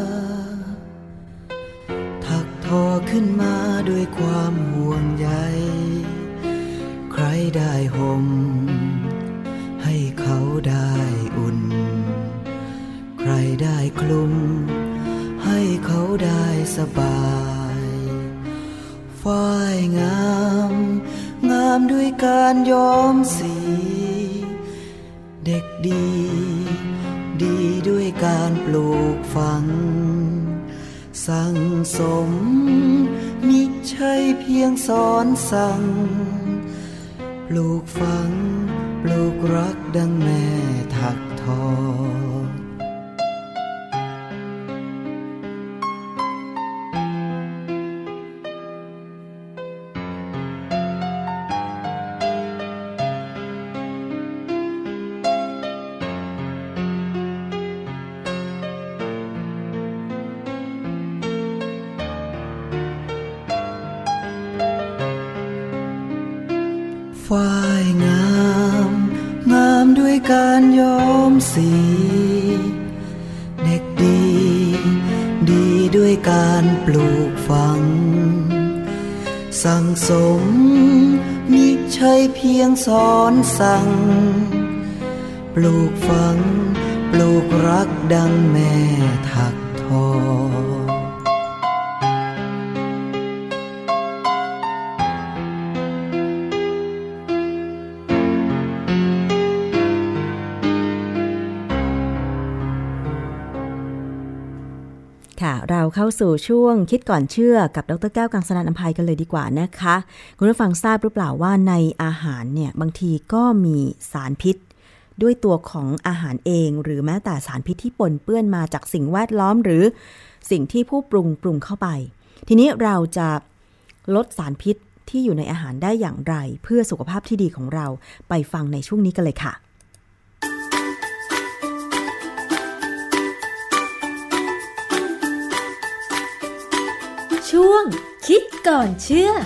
ถักทอขึ้นมาด้วยความห่วงใยใครได้ห่มให้เขาได้อุ่นใครได้คลุมให้เขาได้สบายฝ้ายงามงามด้วยการย้อมสีเด็กดีดีด้วยการปลูกฝังสั่งสมมิใช่เพียงสอนสั่งปลูกฝังปลูกรักดังแม่ถักทอฝ้ายงามงามด้วยการย้อมสีเด็กดีดีด้วยการปลูกฝังสั่งสมมิใช่เพียงสอนสั่งปลูกฝังปลูกรักดังแม่ถักทอค่ะเราเข้าสู่ช่วงคิดก่อนเชื่อกับดร.แก้วกังสดาลอำไพกันเลยดีกว่านะคะคุณผู้ฟังทราบหรือเปล่าว่าในอาหารเนี่ยบางทีก็มีสารพิษด้วยตัวของอาหารเองหรือแม้แต่สารพิษที่ปนเปื้อนมาจากสิ่งแวดล้อมหรือสิ่งที่ผู้ปรุงปรุงเข้าไปทีนี้เราจะลดสารพิษที่อยู่ในอาหารได้อย่างไรเพื่อสุขภาพที่ดีของเราไปฟังในช่วงนี้กันเลยค่ะช่วงคิดก่อนเชื่อ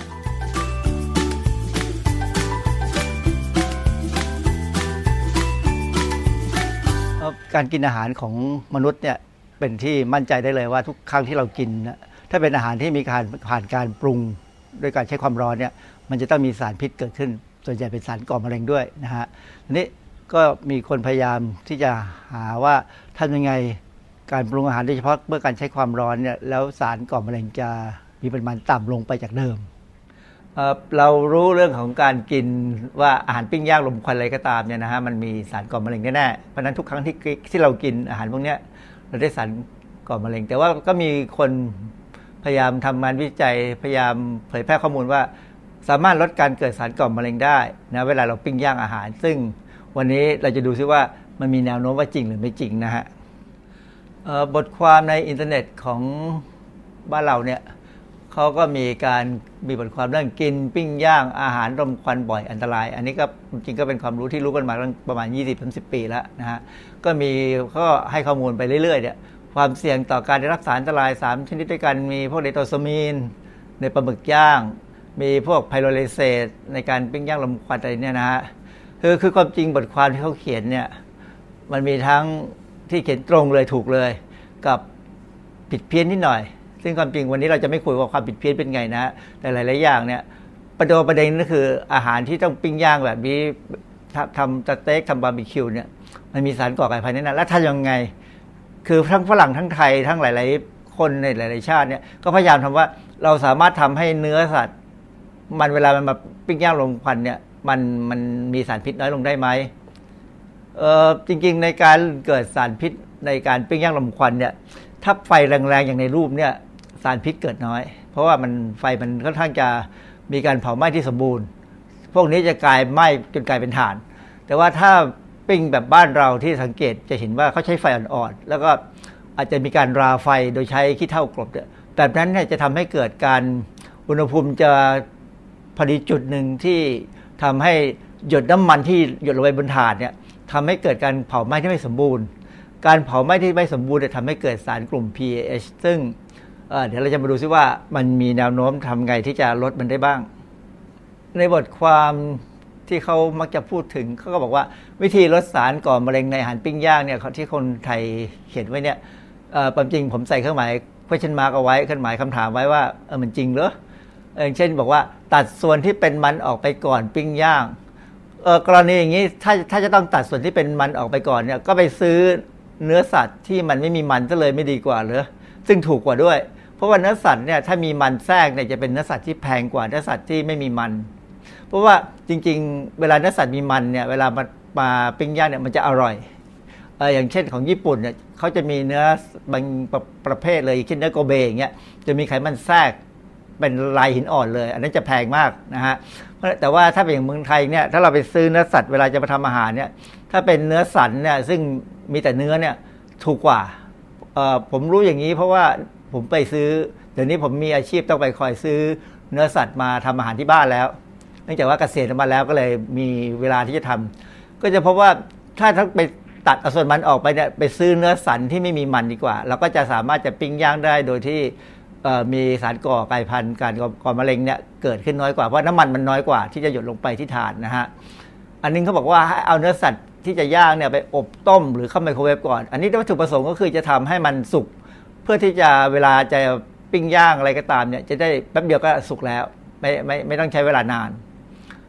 การกินอาหารของมนุษย์เนี่ยเป็นที่มั่นใจได้เลยว่าทุกครั้งที่เรากินนะถ้าเป็นอาหารที่มีการผ่านการปรุงด้วยการใช้ความร้อนเนี่ยมันจะต้องมีสารพิษเกิดขึ้นส่วนใหญ่เป็นสารก่อมะเร็งด้วยนะฮะทีนี้ก็มีคนพยายามที่จะหาว่าทำยังไงการปรุงอาหารโดยเฉพาะเมื่อการใช้ความร้อนเนี่ยแล้วสารก่อมะเร็งจะมีปริมาณต่ำลงไปจากเดิม เอ่อ เรารู้เรื่องของการกินว่าอาหารปิ้งย่างลมควันอะไรก็ตามเนี่ยนะฮะมันมีสารก่อมะเร็งแน่ๆเพราะฉะนั้นทุกครั้งที่ที่เรากินอาหารพวกนี้เราได้สารก่อมะเร็งแต่ว่าก็มีคนพยายามทำงานวิจัยพยายามเผยแพร่ข้อมูลว่าสามารถลดการเกิดสารก่อมะเร็งได้นะเวลาเราปิ้งย่างอาหารซึ่งวันนี้เราจะดูซิว่ามันมีแนวโน้มว่าจริงหรือไม่จริงนะฮะบทความในอินเทอร์เน็ตของบ้านเราเนี่ยเขาก็มีการมีบทความเรื่องกินปิ้งย่างอาหารรมควันบ่อยอันตรายอันนี้ก็จริงก็เป็นความรู้ที่รู้กันมาประมาณ ยี่สิบถึงสิบ ปีแล้วนะฮะก็มีก็ให้ข้อมูลไปเรื่อยๆเนี่ยความเสี่ยงต่อการได้รับสารอันตรายสามชนิดด้วยกันมีพวกไนโตรซามีนในปลาหมึกย่างมีพวกไพโรเลเซตในการปิ้งย่างรมควันอะไรเนี่ยนะฮะคือคือความจริงบทความที่เขาเขียนเนี่ยมันมีทั้งที่เขียนตรงเลยถูกเลยกับผิดเพี้ยนนิดหน่อยซึ่งความจริงวันนี้เราจะไม่คุยว่าความผิดเพี้ยนเป็นไงนะแต่หลายๆอย่างเนี่ยประเด็นประเด็นก็คืออาหารที่ต้องปิ้งย่างแบบนี้ทำสเต็กทำบาร์บีคิวเนี่ยมันมีสารก่อการภายในนั้นแล้วทำยังไงคือทั้งฝรั่งทั้งไทยทั้งหลายๆคนในหลายๆชาติเนี่ยก็พยายามทำว่าเราสามารถทำให้เนื้อสัตว์มันเวลามันมาปิ้งย่างลมควันเนี่ยมันมันมีสารพิษน้อยลงได้ไหมเออจริงๆในการเกิดสารพิษในการปิ้งย่างลมควันเนี่ยถ้าไฟแรงๆอย่างในรูปเนี่ยสารพิษเกิดน้อยเพราะว่ามันไฟมันค่อนข้างจะมีการเผาไหม้ที่สมบูรณ์พวกนี้จะกลายไหม้จนกลายเป็นถ่านแต่ว่าถ้าปิ้งแบบบ้านเราที่สังเกตจะเห็นว่าเขาใช้ไฟอ่อนๆแล้วก็อาจจะมีการราไฟโดยใช้ขี้เถ้ากลบเนี่ยแบบนั้นเนี่ยจะทำให้เกิดการอุณหภูมิจะพอดีจุดหนึ่งที่ทำให้หยดน้ำมันที่หยดลงไปบนถ่านเนี่ยทำให้เกิดการเผาไหม้ที่ไม่สมบูรณ์การเผาไหม้ที่ไม่สมบูรณ์จะทำให้เกิดสารกลุ่ม พี เอ เอช ซึ่ง เ, เดี๋ยวเราจะมาดูซิว่ามันมีแนวโน้มทำไงที่จะลดมันได้บ้างในบทความที่เขามักจะพูดถึงเขาก็บอกว่าวิธีลดสารก่อมะเร็งในอาหารปิ้งย่างเนี่ยที่คนไทยเขียนไว้เนี่ยความจริงผมใส่เครื่องหมาย question mark เอาไว้เครื่องหมายคำถามไว้ว่าเออมันจริงเหรออย่างเช่นบอกว่าตัดส่วนที่เป็นมันออกไปก่อนปิ้งย่างเออกรณีอย่างนี้ถ้าถ้าจะต้องตัดส่วนที่เป็นมันออกไปก่อนเนี่ยก็ไปซื้อเนื้อสัตว์ที่มันไม่มีมันซะเลยไม่ดีกว่าเหรอซึ่งถูกกว่าด้วยเพราะว่าเนื้อสัตว์เนี่ยถ้ามีมันแทรกเนี่ยจะเป็นเนื้อสัตว์ที่แพงกว่าเนื้อสัตว์ที่ไม่มีมันเพราะว่าจริงๆเวลาเนื้อสัตว์มีมันเนี่ยเวลามามาปิ้งย่างเนี่ยมันจะอร่อยเอออย่างเช่นของญี่ปุ่นเนี่ยเขาจะมีเนื้อบางประเภทเลยเช่นเนื้อโกเบอย่างเงี้ยจะมีไขมันแทรกเป็นลายหินอ่อนเลยอันนั้นจะแพงมากนะฮะแต่ว่าถ้าเป็นอย่างเมืองไทยเนี่ยถ้าเราไปซื้อเนื้อสัตว์เวลาจะมาทำอาหารเนี่ยถ้าเป็นเนื้อสันเนี่ยซึ่งมีแต่เนื้อเนี่ยถูกกว่าเอ่อผมรู้อย่างนี้เพราะว่าผมไปซื้อเดี๋ยวนี้ผมมีอาชีพต้องไปคอยซื้อเนื้อสัตว์มาทำอาหารที่บ้านแล้วเนื่องจากว่าเกษียณมาแล้วก็เลยมีเวลาที่จะทำก็จะพบว่าถ้าทั้งไปตัดเอาส่วนมันออกไปเนี่ยไปซื้อเนื้อสันที่ไม่มีมันดีกว่าเราก็จะสามารถจะปิ้งย่างได้โดยที่มีสารก่อไก่พันธุ์การก่อมะเร็งเนี่ยเกิดขึ้นน้อยกว่าเพราะน้ำมันมันน้อยกว่าที่จะหยดลงไปที่ถ่านนะฮะอันนึงเขาบอกว่าให้เอาเนื้อสัตว์ที่จะย่างเนี่ยไปอบต้มหรือเข้าไมโครเวฟก่อนอันนี้วัตถุประสงค์ก็คือจะทำให้มันสุกเพื่อที่จะเวลาจะปิ้งย่างอะไรก็ตามเนี่ยจะได้แป๊บเดียวก็สุกแล้วไม่ไม่ไม่ต้องใช้เวลานาน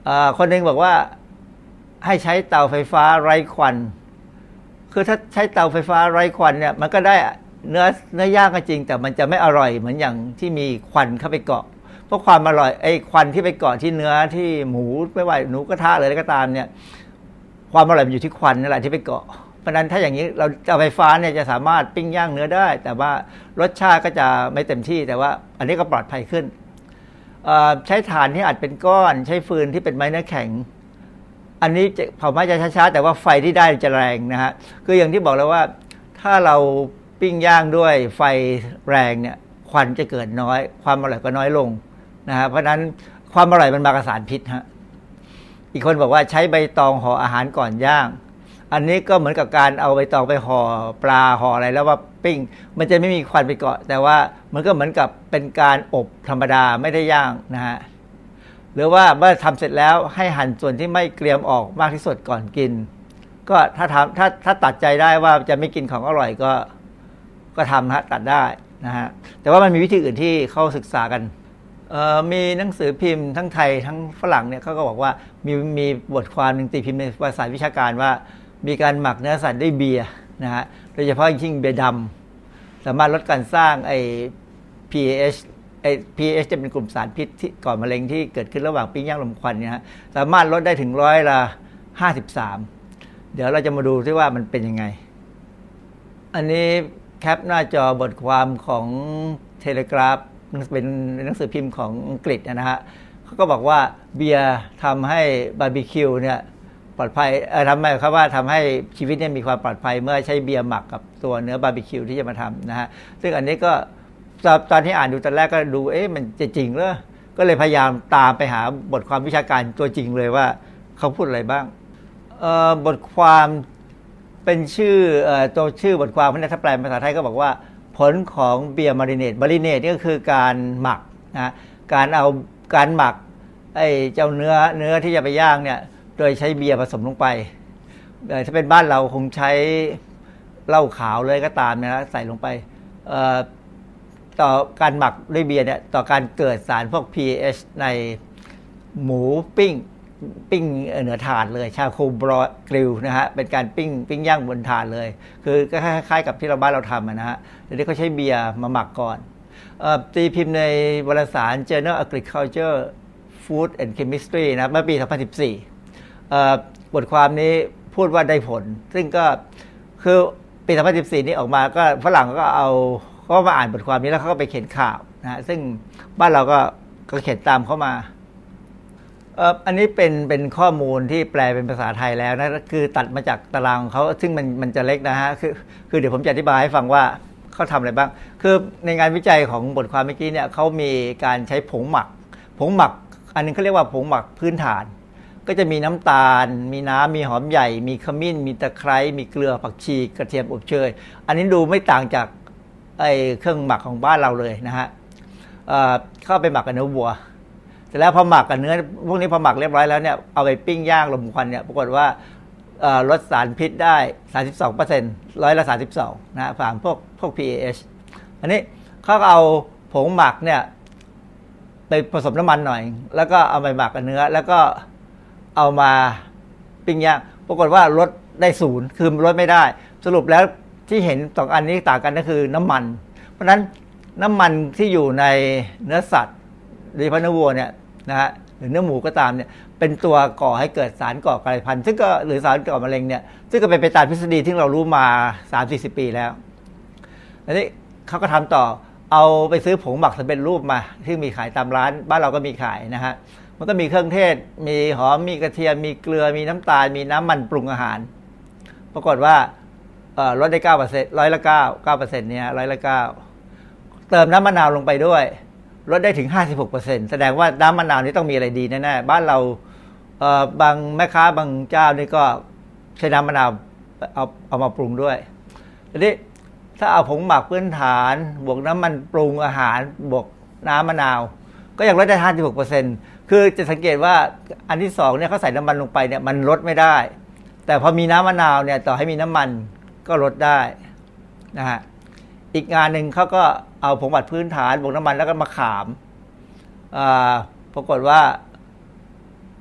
คนหนึ่งบอกว่าให้ใช้เตาไฟฟ้าไร้ควันคือถ้าใช้เตาไฟฟ้าไร้ควันเนี่ยมันก็ได้เนื้อเนื้อย่างก็จริงแต่มันจะไม่อร่อยเหมือนอย่างที่มีควันเข้าไปเกาะเพราะความอร่อยไอ้ควันที่ไปเกาะที่เนื้อที่หมูไม่ว่าหนูกระทะเลยก็ตามเนี่ยความอร่อยมันอยู่ที่ควันนั่นแหละที่ไปเกาะเพราะฉะนั้นถ้าอย่างนี้เราเตาไฟฟ้าเนี่ยจะสามารถปิ้งย่างเนื้อได้แต่ว่ารสชาติก็จะไม่เต็มที่แต่ว่าอันนี้ก็ปลอดภัยขึ้นใช้ถ่านที่อัดเป็นก้อนใช้ฟืนที่เป็นไม้เนื้อแข็งอันนี้เผาไหม้จะช้าๆแต่ว่าไฟที่ได้จะแรงนะฮะคืออย่างที่บอกแล้วว่าถ้าเราปิ้งย่างด้วยไฟแรงเนี่ยควันจะเกิดน้อยความอร่อยก็น้อยลงนะฮะเพราะฉะนั้นความอร่อยมันมากับสารพิษฮะอีกคนบอกว่าใช้ใบตองห่ออาหารก่อนย่างอันนี้ก็เหมือนกับการเอาใบตองไปห่อปลาห่ออะไรแล้วว่าปิ้งมันจะไม่มีควันไปเกาะแต่ว่ามันก็เหมือนกับเป็นการอบธรรมดาไม่ได้ย่างนะฮะหรือว่าเมื่อทำเสร็จแล้วให้หั่นส่วนที่ไม่เกรียมออกมากที่สุดก่อนกินก็ถ้าทำถ้าถ้าตัดใจได้ว่าจะไม่กินของอร่อยก็ก็ทำฮะตัดได้นะฮะแต่ว่ามันมีวิธีอื่นที่เขาศึกษากันมีหนังสือพิมพ์ทั้งไทยทั้งฝรั่งเนี่ยเขาก็บอกว่ามีมีบทความหนึ่งตีพิมพ์ในวารสารวิชาการว่ามีการหมักเนื้อสัตว์ด้วยเบียร์นะฮะโดยเฉพาะยิ่งเบียร์ดำสามารถลดการสร้างไอ้ พี เอ เอช ไอ้ พี เอ เอช จะเป็นกลุ่มสารพิษที่ก่อมะเร็งที่เกิดขึ้นระหว่างปิ้งย่างลมควันเนี่ยฮะสามารถลดได้ถึงร้อยละห้าสิบสามเดี๋ยวเราจะมาดูที่ว่ามันเป็นยังไงอันนี้แคปหน้าจอบทความของเทเลกราฟเป็นหนังสือพิมพ์ของอังกฤษนะฮะเขาก็บอกว่าเบียร์ทำให้บาร์บีคิวเนี่ยปลอดภัยเออทำให้เขาว่าทำให้ชีวิตเนี่ยมีความปลอดภัยเมื่อใช้เบียร์หมักกับตัวเนื้อบาร์บีคิวที่จะมาทำนะฮะซึ่งอันนี้ก็ตอนที่อ่านดูตอนแรกก็ดูเอ๊ะมันจะจริงเหรอก็เลยพยายามตามไปหาบทความวิชาการตัวจริงเลยว่าเขาพูดอะไรบ้างเอ่อบทความเป็นชื่อเอ่อตัวชื่อบทความพถ้าแปลเป็นภาษาไทยก็บอกว่าผลของเบียร์มาริเนตมาริเนตนี่ก็คือการหมักนะการเอาการหมักไอ้เจ้าเนื้อเนื้อที่จะไปย่างเนี่ยโดยใช้เบียร์ผสมลงไปถ้าเป็นบ้านเราคงใช้เหล้าขาวเลยก็ตามนะใส่ลงไปต่อการหมักด้วยเบียร์เนี่ยต่อการเกิดสารพวก พี เอ เอช ในหมูปิ้งปิ้งเหนือถ่านเลยชาโคบรอกริลนะฮะเป็นการปิ้งปิ้งย่างบนถ่านเลยคือก็คล้ายๆกับที่เราบ้านเราทำนะฮะแต่ที่เขาใช้เบียร์มาหมักก่อนตีพิมพ์ในวารสาร Journal Agriculture Food and Chemistry นะเมื่อปี สองพันสิบสี่บทความนี้พูดว่าได้ผลซึ่งก็คือปี สองพันสิบสี่นี้ออกมาก็ฝรั่งก็เอาก็มาอ่านบทความนี้แล้วเขาก็ไปเขียนข่าวนะฮะซึ่งบ้านเราก็ก็เขียนตามเข้ามาอันนี้เป็นเป็นข้อมูลที่แปลเป็นภาษาไทยแล้วนะคือตัดมาจากตารางของเขาซึ่งมันมันจะเล็กนะฮะคือคือเดี๋ยวผมจะอธิบายให้ฟังว่าเขาทำอะไรบ้างคือในงานวิจัยของบทความเมื่อกี้เนี่ยเขามีการใช้ผงหมักผงหมักอันนึงเขาเรียกว่าผงหมักพื้นฐานก็จะมีน้ำตาลมีน้ำมีหอมใหญ่มีขมิ้นมีตะไคร้มีเกลือผักชีกระเทียมอบเชยอันนี้ดูไม่ต่างจากไอ้เครื่องหมักของบ้านเราเลยนะฮะเข้าไปหมักกับเนื้อวัวเสร็จแล้วพอหมักกับเนื้อพวกนี้พอหมักเรียบร้อยแล้วเนี่ยเอาไปปิ้งย่างลมควันเนี่ยปรากฏว่าลดสารพิษได้ สามสิบสองเปอร์เซ็นต์ ร้อยละสามสิบสองนะผ่านพวกพวก พี เอ เอช อันนี้เขาเอาผงหมักเนี่ยไปผสมน้ำมันหน่อยแล้วก็เอาไปหมักกับเนื้อแล้วก็เอามาปิ้งย่างปรากฏว่าลดได้ศูนย์คือลดไม่ได้สรุปแล้วที่เห็นสองอันนี้ต่างกันก็คือน้ำมันเพราะฉะนั้นน้ำมันที่อยู่ในเนื้อสัตว์โดยเฉพาะเนื้อวัวเนี่ยนะฮะหรือเนื้อหมูก็ตามเนี่ยเป็นตัวก่อให้เกิดสารก่อกลายพันธุ์ซึ่งก็หรือสารก่อมะเร็งเนี่ยซึ่งก็เป็นไปตามทฤษฎีที่เรารู้มา สามถึงสี่สิบ ปีแล้วอันนี้เขาก็ทำต่อเอาไปซื้อผงหมักสำเร็จรูปมาที่มีขายตามร้านบ้านเราก็มีขายนะฮะมันก็มีเครื่องเทศมีหอมมีกระเทียมมีเกลือมีน้ำตาลมีน้ำมันปรุงอาหารปรากฏว่าลดได้ เก้าเปอร์เซ็นต์ ร้อยละเก้า เก้าเปอร์เซ็นต์เนี่ยร้อยละเก้าเติมน้ำมะนาวลงไปด้วยลดได้ถึง ห้าสิบหกเปอร์เซ็นต์ แสดงว่าน้ำมะนาวนี่ต้องมีอะไรดีแน่ๆบ้านเราบางแม่ค้าบางเจ้านี่ก็ใช้น้ำมะนาวเอาเอามาปรุงด้วยทีนี้ถ้าเอาผงหมักพื้นฐานบวกน้ำมันปรุงอาหารบวกน้ำมะนาวก็ยังลดได้ ห้าสิบหกเปอร์เซ็นต์ คือจะสังเกตว่าอันที่สองเนี่ยเขาใส่น้ำมันลงไปเนี่ยมันลดไม่ได้แต่พอมีน้ำมะนาวเนี่ยต่อให้มีน้ำมันก็ลดได้นะฮะอีกงานหนึ่งเขาก็เอาผงหมักพื้นฐานบวกน้ำมันแล้วก็มะขามปรากฏว่า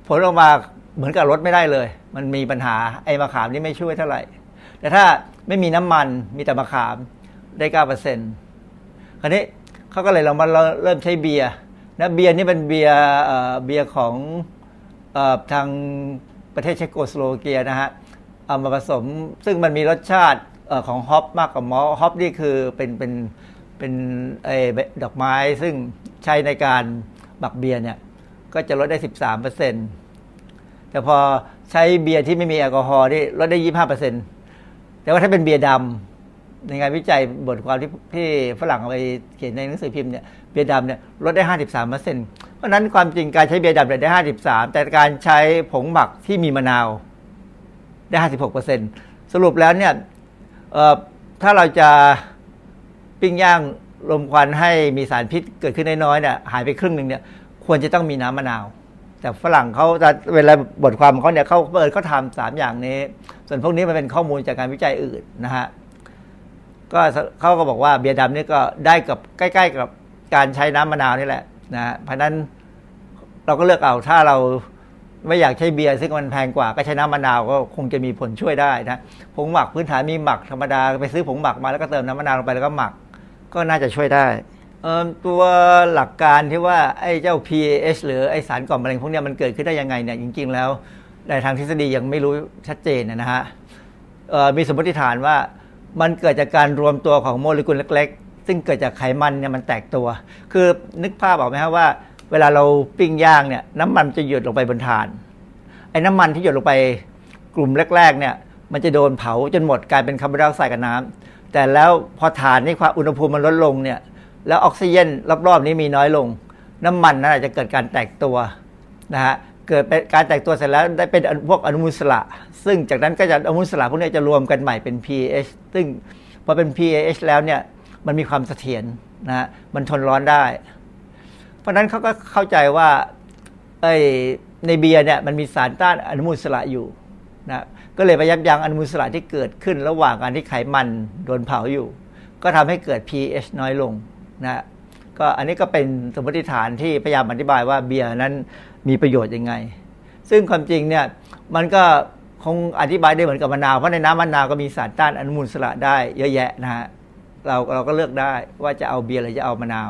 ผลออกมาเหมือนกับรสไม่ได้เลยมันมีปัญหาไอ้มะขามนี่ไม่ช่วยเท่าไหร่แต่ถ้าไม่มีน้ำมันมีแต่มะขามได้ เก้าเปอร์เซ็นต์ คราวนี้เขาก็เลยเรามาเริ่มใช้เบียร์นะเบียร์นี่เป็นเบียร์เอ่อเบียร์ของเอ่อทางประเทศเชโกสโลวาเกียนะฮะเอามาผสมซึ่งมันมีรสชาติเอ่อของฮอปมากกว่ามอลต์ฮอปนี่คือเป็นเป็นเป็นไอ้ดอกไม้ซึ่งใช้ในการหมักเบียร์เนี่ยก็จะลดได้ สิบสามเปอร์เซ็นต์ แต่พอใช้เบียร์ที่ไม่มีแอลกอฮอล์นี่ลดได้ ยี่สิบห้าเปอร์เซ็นต์ แต่ว่าถ้าเป็นเบียร์ดำในงานวิจัยบทความที่ที่ฝรั่งเอาไปเขียนในหนังสือพิมพ์เนี่ยเบียร์ดำเนี่ยลดได้ ห้าสิบสามเปอร์เซ็นต์ เพราะนั้นความจริงการใช้เบียร์ดำได้ห้าสิบสามแต่การใช้ผงหมักที่มีมะนาวได้ ห้าสิบหกเปอร์เซ็นต์ สรุปแล้วเนี่ยเอ่อถ้าเราจะปิ้งย่างลมควันให้มีสารพิษเกิดขึ้นน้อยๆเนี่ยหายไปครึ่งนึงเนี่ยควรจะต้องมีน้ำมะนาวแต่ฝรั่งเขาจะเวลาบทความของเขาเนี่ยเขาเปิดเขาทำสามอย่างนี้ส่วนพวกนี้มันเป็นข้อมูลจากการวิจัยอื่นนะฮะก็เขาก็บอกว่าเบียร์ดำนี่ก็ได้กับใกล้ๆกับการใช้น้ำมะนาวนี่แหละนะฮะเพราะนั้นเราก็เลือกเอาถ้าเราไม่อยากใช้เบียร์ซึ่งมันแพงกว่าก็ใช้น้ำมะนาวก็คงจะมีผลช่วยได้นะผงหมักพื้นฐานมีหมักธรรมดาไปซื้อผงหมักมาแล้วก็เติมน้ำมะนาวลงไปแล้วก็หมักก็น่าจะช่วยได้ตัวหลักการที่ว่าไอ้เจ้า พี เอ เอช หรือไอ้สารก่อมะเร็งพวกนี้มันเกิดขึ้นได้ยังไงเนี่ยจริงๆแล้วในทางทฤษฎียังไม่รู้ชัดเจนนะฮะมีสมมติฐานว่ามันเกิดจากการรวมตัวของโมเลกุลเล็กๆซึ่งเกิดจากไขมันเนี่ยมันแตกตัวคือนึกภาพออกไหมครับว่าเวลาเราปิ้งย่างเนี่ยน้ำมันจะหยดลงไปบนถ่านไอ้น้ำมันที่หยดลงไปกลุ่มแรกๆเนี่ยมันจะโดนเผาจนหมดกลายเป็นคาร์บอนไดออกไซด์กับน้ำแต่แล้วพอถ่านนี่ความอุณหภูมิมันลดลงเนี่ยแล้วออกซิเจนรอบๆนี้มีน้อยลงน้ำมันนั้นอาจจะเกิดการแตกตัวนะฮะเกิดเป็นการแตกตัวเสร็จแล้วได้เป็นพวกอนุมูลอิสระซึ่งจากนั้นก็จะอนุมูลอิสระพวกนี้จะรวมกันใหม่เป็น พี เอ เอช ซึ่งพอเป็น พี เอ เอช แล้วเนี่ยมันมีความเสถียรนะฮะมันทนร้อนได้เพราะฉะนั้นเขาก็เข้าใจว่าไอ้ในเบียร์เนี่ยมันมีสารต้านอนุมูลอิสระอยู่นะก็เลยไปยับยั้งอนุมูลอิสระที่เกิดขึ้นระหว่างการที่ไขมันโดนเผาอยู่ก็ทำให้เกิด พี เอช น้อยลงนะก็อันนี้ก็เป็นสมมติฐานที่พยายามอธิบายว่าเบียร์นั้นมีประโยชน์ยังไงซึ่งความจริงเนี่ยมันก็คงอธิบายได้เหมือนกับมะนาวเพราะในน้ำมะนาวก็มีสารต้านอนุมูลอิสระได้เยอะแยะนะฮะเราเราก็เลือกได้ว่าจะเอาเบียร์หรือจะเอามะนาว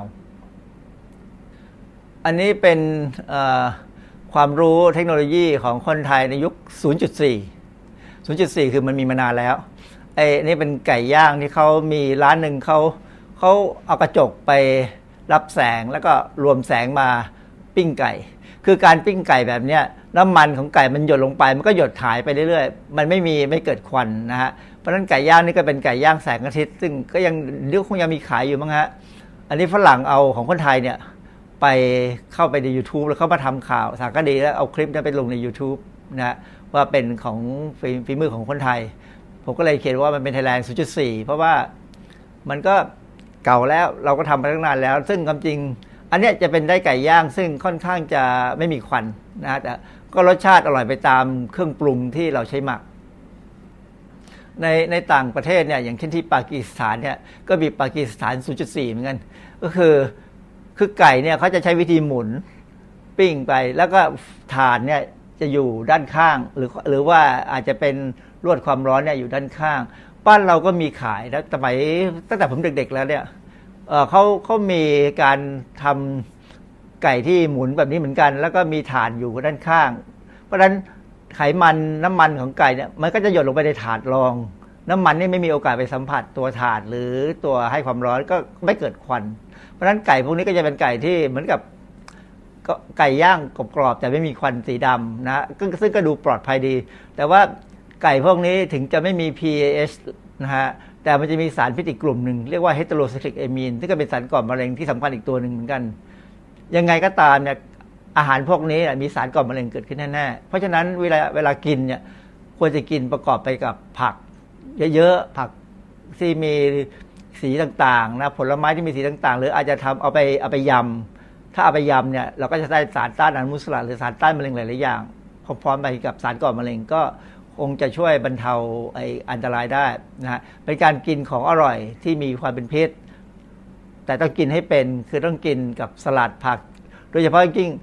อันนี้เป็นความรู้เทคโนโลยีของคนไทยในยุค ศูนย์จุดสี่ ศูนย์จุดสี่ คือมันมีมานานแล้วไอ้นี่เป็นไก่ย่างที่เขามีร้านหนึ่งเขาเขาเอากระจกไปรับแสงแล้วก็รวมแสงมาปิ้งไก่คือการปิ้งไก่แบบเนี้ยน้ำมันของไก่มันหยดลงไปมันก็หยดหายไปเรื่อยๆมันไม่มีไม่เกิดควันนะฮะเพราะฉะนั้นไก่ย่างนี่ก็เป็นไก่ย่างแสงอาทิตย์ซึ่งก็ยังเดี๋ยวคงยังมีขายอยู่มั้งฮะอันนี้ฝรั่งเอาของคนไทยเนี่ยไปเข้าไปใน YouTube แล้วเขามาทำข่าวสารคดีแล้วเอาคลิปนั้นไปลงใน YouTube นะว่าเป็นของฝีมือของคนไทยผมก็เลยเขียนว่ามันเป็น Thailand ศูนย์จุดสี่ เพราะว่ามันก็เก่าแล้วเราก็ทำมาตั้งนานแล้วซึ่งความจริงอันนี้จะเป็นได้ไก่ย่างซึ่งค่อนข้างจะไม่มีควันนะแต่ก็รสชาติอร่อยไปตามเครื่องปรุงที่เราใช้หมักในในต่างประเทศเนี่ยอย่างเช่นที่ปากีสถานเนี่ยก็มีปากีสถาน ศูนย์จุดสี่ เหมือนกันก็คือคือไก่เนี่ยเขาจะใช้วิธีหมุนปิ้งไปแล้วก็ถ่านเนี่ยจะอยู่ด้านข้างหรือหรือว่าอาจจะเป็นลวดความร้อนเนี่ยอยู่ด้านข้างบ้านเราก็มีขายแล้วสมัยตั้งแต่ผมเด็กๆแล้วเนี่ยเอ่อเขาเขามีการทำไก่ที่หมุนแบบนี้เหมือนกันแล้วก็มีถ่านอยู่ด้านข้างเพราะฉะนั้นไขมันน้ำมันของไก่เนี่ยมันก็จะหยดลงไปในถ่านรองน้ำมันนี่ไม่มีโอกาสไปสัมผัสตัวถ่านหรือตัวให้ความร้อนก็ไม่เกิดควันเพราะฉะนั้นไก่พวกนี้ก็จะเป็นไก่ที่เหมือนกับไก่ย่างกรอบๆแต่ไม่มีควันสีดำนะซึ่งก็ดูปลอดภัยดีแต่ว่าไก่พวกนี้ถึงจะไม่มี พี เอ เอช นะฮะแต่มันจะมีสารพิษอีกกลุ่มหนึ่งเรียกว่าเฮตโรไซคลิกเอมีนที่ก็เป็นสารก่อมะเร็งที่สำคัญอีกตัวหนึ่งเหมือนกันยังไงก็ตามเนี่ยอาหารพวกนี้มีสารก่อมะเร็งเกิดขึ้นแน่ๆเพราะฉะนั้นเวลาเวลากินเนี่ยควรจะกินประกอบไปกับผักเยอะๆผักที่มีสีต่างๆนะผลไม้ที่มีสีต่างๆหรืออาจจะทำเอาไปเอาไปยำถ้าเอาไปยำเนี่ยเราก็จะได้สารต้านอนุมูลอิสระหรือสารต้านมะเร็งหลายๆอย่างพร้อมๆไปกับสารก่อมะเร็งก็คงจะช่วยบรรเทาไอ้อันตรายได้นะฮะเป็นการกินของอร่อยที่มีความเป็นพิษแต่ต้องกินให้เป็นคือต้องกินกับสลัดผักโดยเฉพาะยิ่ง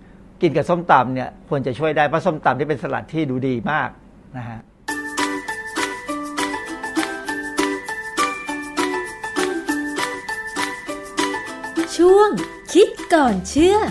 กินกับส้มตำเนี่ยควรจะช่วยได้เพราะส้มตำที่เป็นสลัดที่ดูดีมากนะฮะช่วงคิดก่อนเชื่อ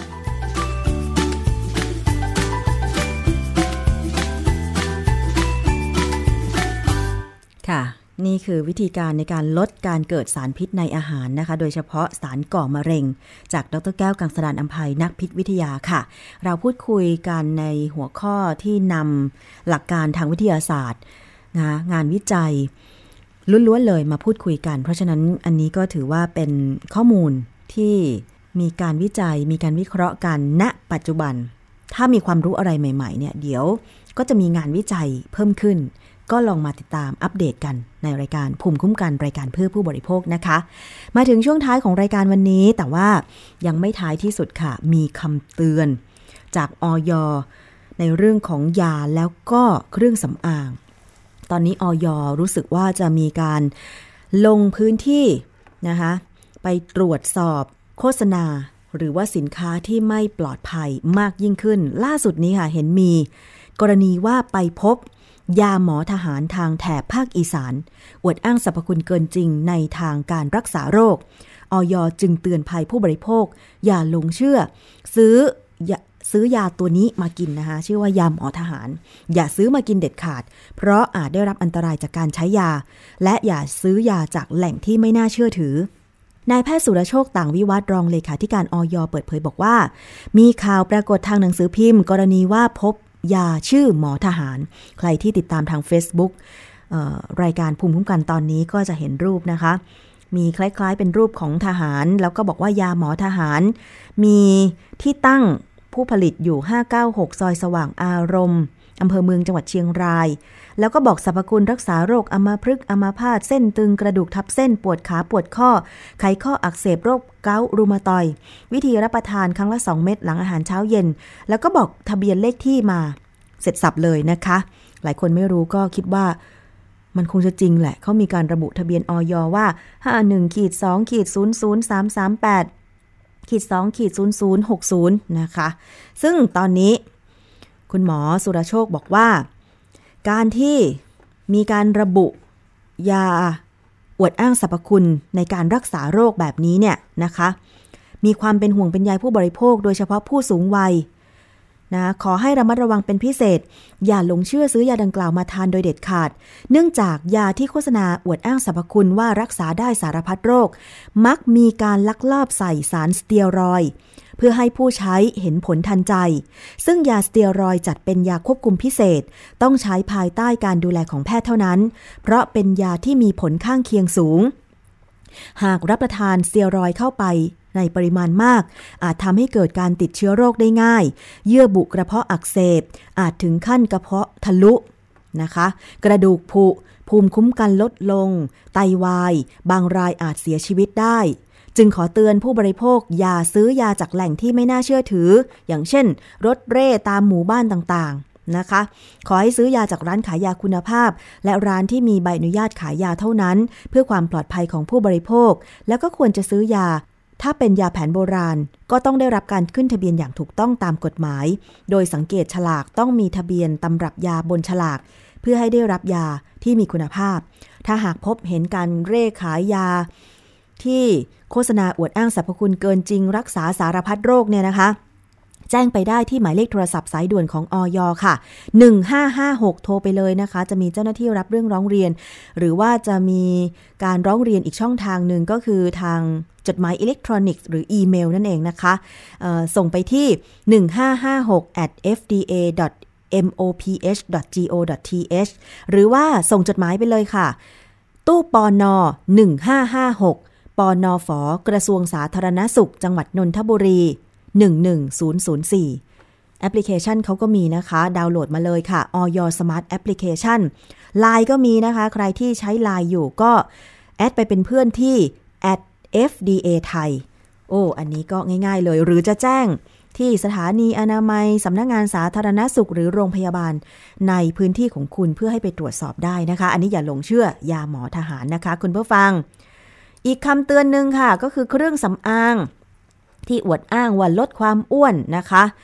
ค่ะนี่คือวิธีการในการลดการเกิดสารพิษในอาหารนะคะโดยเฉพาะสารก่อมะเร็งจากดร.แก้วกังสดาลอำไพนักพิษวิทยาค่ะเราพูดคุยกันในหัวข้อที่นำหลักการทางวิทยาศาสตร์นะงานวิจัยล้วนๆเลยมาพูดคุยกันเพราะฉะนั้นอันนี้ก็ถือว่าเป็นข้อมูลที่มีการวิจัยมีการวิเคราะห์กันณปัจจุบันถ้ามีความรู้อะไรใหม่ๆเนี่ยเดี๋ยวก็จะมีงานวิจัยเพิ่มขึ้นก็ลองมาติดตามอัปเดตกันในรายการภูมิคุ้มกันรายการเพื่อผู้บริโภคนะคะมาถึงช่วงท้ายของรายการวันนี้แต่ว่ายังไม่ท้ายที่สุดค่ะมีคำเตือนจากอย.ในเรื่องของยาแล้วก็เครื่องสำอางตอนนี้อย.รู้สึกว่าจะมีการลงพื้นที่นะคะไปตรวจสอบโฆษณาหรือว่าสินค้าที่ไม่ปลอดภัยมากยิ่งขึ้นล่าสุดนี้ค่ะเห็นมีกรณีว่าไปพบยาหมอทหารทางแถบภาคอีสานอวดอ้างสรรพคุณเกินจริงในทางการรักษาโรคอย.จึงเตือนภัยผู้บริโภคอย่าหลงเชื่อซื้อซื้อยาตัวนี้มากินนะคะชื่อว่ายาหมอทหารอย่าซื้อมากินเด็ดขาดเพราะอาจได้รับอันตรายจากการใช้ยาและอย่าซื้อยาจากแหล่งที่ไม่น่าเชื่อถือนายแพทย์สุรโชคต่างวิวัฒน์รองเลขาธิการอย.เปิดเผยบอกว่ามีข่าวปรากฏทางหนังสือพิมพ์กรณีว่าพบยาชื่อหมอทหารใครที่ติดตามทาง Facebook รายการภูมิคุ้มกันตอนนี้ก็จะเห็นรูปนะคะมีคล้ายๆเป็นรูปของทหารแล้วก็บอกว่ายาหมอทหารมีที่ตั้งผู้ผลิตอยู่ห้าเก้าหกซอยสว่างอารมณ์อำเภอเมืองจังหวัดเชียงรายแล้วก็บอกสรรพคุณรักษาโรคอัมพฤกษ์อัมพาตเส้นตึงกระดูกทับเส้นปวดขาปวดข้อไขข้ออักเสบโรคเกาต์รูมาตอยด์วิธีรับประทานครั้งละสองเม็ดหลังอาหารเช้าเย็นแล้วก็บอกทะเบียนเลขที่มาเสร็จสับเลยนะคะหลายคนไม่รู้ก็คิดว่ามันคงจะจริงแหละเขามีการระบุทะเบียนอย.ว่า ห้าหนึ่ง สอง ศูนย์ ศูนย์ สาม สาม แปด สอง ศูนย์ ศูนย์ หก ศูนย์นะคะซึ่งตอนนี้คุณหมอสุรโชคบอกว่าการที่มีการระบุยาอวดอ้างสรรพคุณในการรักษาโรคแบบนี้เนี่ยนะคะมีความเป็นห่วงเป็นใยผู้บริโภคโดยเฉพาะผู้สูงวัยนะขอให้ระมัดระวังเป็นพิเศษอย่าหลงเชื่อซื้อยาดังกล่าวมาทานโดยเด็ดขาดเนื่องจากยาที่โฆษณาอวดอ้างสรรพคุณว่ารักษาได้สารพัดโรคมักมีการลักลอบใส่สารสเตียรอยด์เพื่อให้ผู้ใช้เห็นผลทันใจซึ่งยาสเตียรอยด์จัดเป็นยาควบคุมพิเศษต้องใช้ภายใต้การดูแลของแพทย์เท่านั้นเพราะเป็นยาที่มีผลข้างเคียงสูงหากรับประทานสเตียรอยด์เข้าไปในปริมาณมากอาจทำให้เกิดการติดเชื้อโรคได้ง่ายเยื่อบุกระเพาะอักเสบอาจถึงขั้นกระเพาะทะลุนะคะกระดูกผุภูมิคุ้มกันลดลงไตวายบางรายอาจเสียชีวิตได้จึงขอเตือนผู้บริโภคอย่าซื้อยาจากแหล่งที่ไม่น่าเชื่อถืออย่างเช่นรถเร่ตามหมู่บ้านต่างๆนะคะขอให้ซื้อยาจากร้านขายยาคุณภาพและร้านที่มีใบอนุญาตขายยาเท่านั้นเพื่อความปลอดภัยของผู้บริโภคแล้วก็ควรจะซื้อยาถ้าเป็นยาแผนโบราณก็ต้องได้รับการขึ้นทะเบียนอย่างถูกต้องตามกฎหมายโดยสังเกตฉลากต้องมีทะเบียนตำรับยาบนฉลากเพื่อให้ได้รับยาที่มีคุณภาพถ้าหากพบเห็นการเร่ขายยาที่โฆษณาอวดอ้างสรรพคุณเกินจริงรักษาสารพัดโรคเนี่ยนะคะแจ้งไปได้ที่หมายเลขโทรศัพท์สายด่วนของอย.ค่ะหนึ่งห้าห้าหกโทรไปเลยนะคะจะมีเจ้าหน้าที่รับเรื่องร้องเรียนหรือว่าจะมีการร้องเรียนอีกช่องทางหนึ่งก็คือทางจดหมายอิเล็กทรอนิกส์หรืออีเมลนั่นเองนะคะส่งไปที่ หนึ่งห้าห้าหก แอท เอฟ ดี เอ ดอท เอ็ม โอ พี เอช ดอท จี โอ ดอท ที เอช หรือว่าส่งจดหมายไปเลยค่ะตู้ปนหนึ่งห้าห้าหกปนฝ.กระทรวงสาธารณสุขจังหวัดนนทบุรีหนึ่งหนึ่งศูนย์ศูนย์สี่แอปพลิเคชันเขาก็มีนะคะดาวน์โหลดมาเลยค่ะอย Smart Application ไลน์ ก็มีนะคะใครที่ใช้ ไลน์ อยู่ก็แอดไปเป็นเพื่อนที่ แอท เอฟ ดี เอ ไทยโอ้อันนี้ก็ง่ายๆเลยหรือจะแจ้งที่สถานีอนามัยสำนักงานสาธารณสุขหรือโรงพยาบาลในพื้นที่ของคุณเพื่อให้ไปตรวจสอบได้นะคะอันนี้อย่าหลงเชื่อยาหมอทหารนะคะคุณผู้ฟังอีกคำเตือนนึงค่ะก็คือเครื่องสำอางที่อวดอ้างว่าลดความอ้วนนะคะห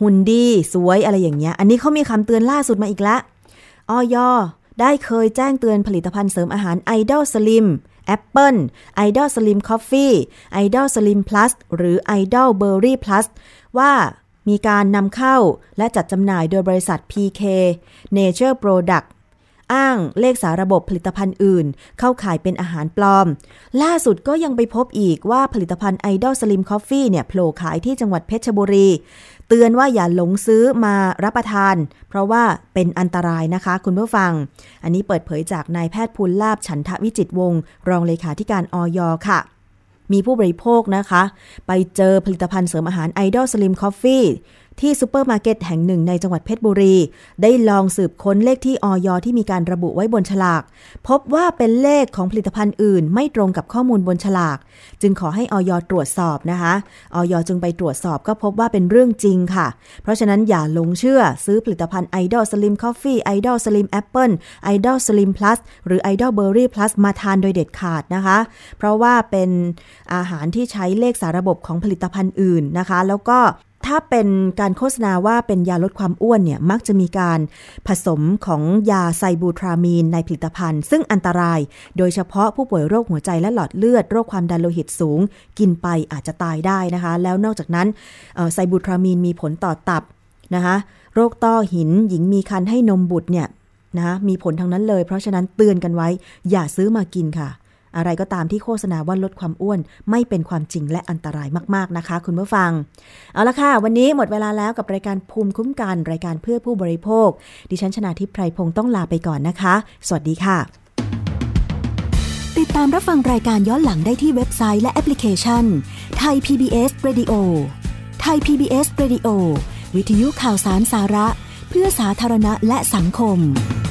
หุ่นดีสวยอะไรอย่างเงี้ยอันนี้เขามีคำเตือนล่าสุดมาอีกแล้วอย.ได้เคยแจ้งเตือนผลิตภัณฑ์เสริมอาหาร Idol Slim Apple Idol Slim Coffee Idol Slim Plus หรือ Idol Berry Plus ว่ามีการนำเข้าและจัดจำหน่ายโดยบริษัท พี เค Nature Product อ้างเลขสาระบบผลิตภัณฑ์อื่นเข้าข่ายเป็นอาหารปลอมล่าสุดก็ยังไปพบอีกว่าผลิตภัณฑ์ Idol Slim Coffee เนี่ยโผล่ขายที่จังหวัดเพชรบุรีเตือนว่าอย่าหลงซื้อมารับประทานเพราะว่าเป็นอันตรายนะคะคุณผู้ฟังอันนี้เปิดเผยจากนายแพทย์ภูลลาภฉันทวิจิตรวงศ์รองเลขาธิการอย.ค่ะมีผู้บริโภคนะคะไปเจอผลิตภัณฑ์เสริมอาหาร Idol Slim Coffee ที่ซุปเปอร์มาร์เก็ตแห่งหนึ่งในจังหวัดเพชรบุรีได้ลองสืบค้นเลขที่อย.ที่มีการระบุไว้บนฉลากพบว่าเป็นเลขของผลิตภัณฑ์อื่นไม่ตรงกับข้อมูลบนฉลากจึงขอให้อย.ตรวจสอบนะคะอย.จึงไปตรวจสอบก็พบว่าเป็นเรื่องจริงค่ะเพราะฉะนั้นอย่าหลงเชื่อซื้อผลิตภัณฑ์ Idol Slim Coffee Idol Slim Apple Idol Slim Plus หรือ Idol Berry Plus มาทานโดยเด็ดขาดนะคะเพราะว่าเป็นอาหารที่ใช้เลขสาระบบของผลิตภัณฑ์อื่นนะคะแล้วก็ถ้าเป็นการโฆษณาว่าเป็นยาลดความอ้วนเนี่ยมักจะมีการผสมของยาไซบูทรามีนในผลิตภัณฑ์ซึ่งอันตรายโดยเฉพาะผู้ป่วยโรคหัวใจและหลอดเลือดโรคความดันโลหิตสูงกินไปอาจจะตายได้นะคะแล้วนอกจากนั้นไซบูทรามีนมีผลต่อตับนะคะโรคต้อหินหญิงมีครรภ์ให้นมบุตรเนี่ยนะมีผลทั้งนั้นเลยเพราะฉะนั้นเตือนกันไว้อย่าซื้อมากินค่ะอะไรก็ตามที่โฆษณาว่าลดความอ้วนไม่เป็นความจริงและอันตรายมากๆนะคะคุณผู้ฟังเอาละค่ะวันนี้หมดเวลาแล้วกับรายการภูมิคุ้มกันรายการเพื่อผู้บริโภคดิฉันชนาทิพย์ไพรพงศ์ต้องลาไปก่อนนะคะสวัสดีค่ะติดตามรับฟังรายการย้อนหลังได้ที่เว็บไซต์และแอปพลิเคชัน Thai พี บี เอส Radio Thai พี บี เอส Radio วิทยุข่าวสารสาระเพื่อสาธารณะและสังคม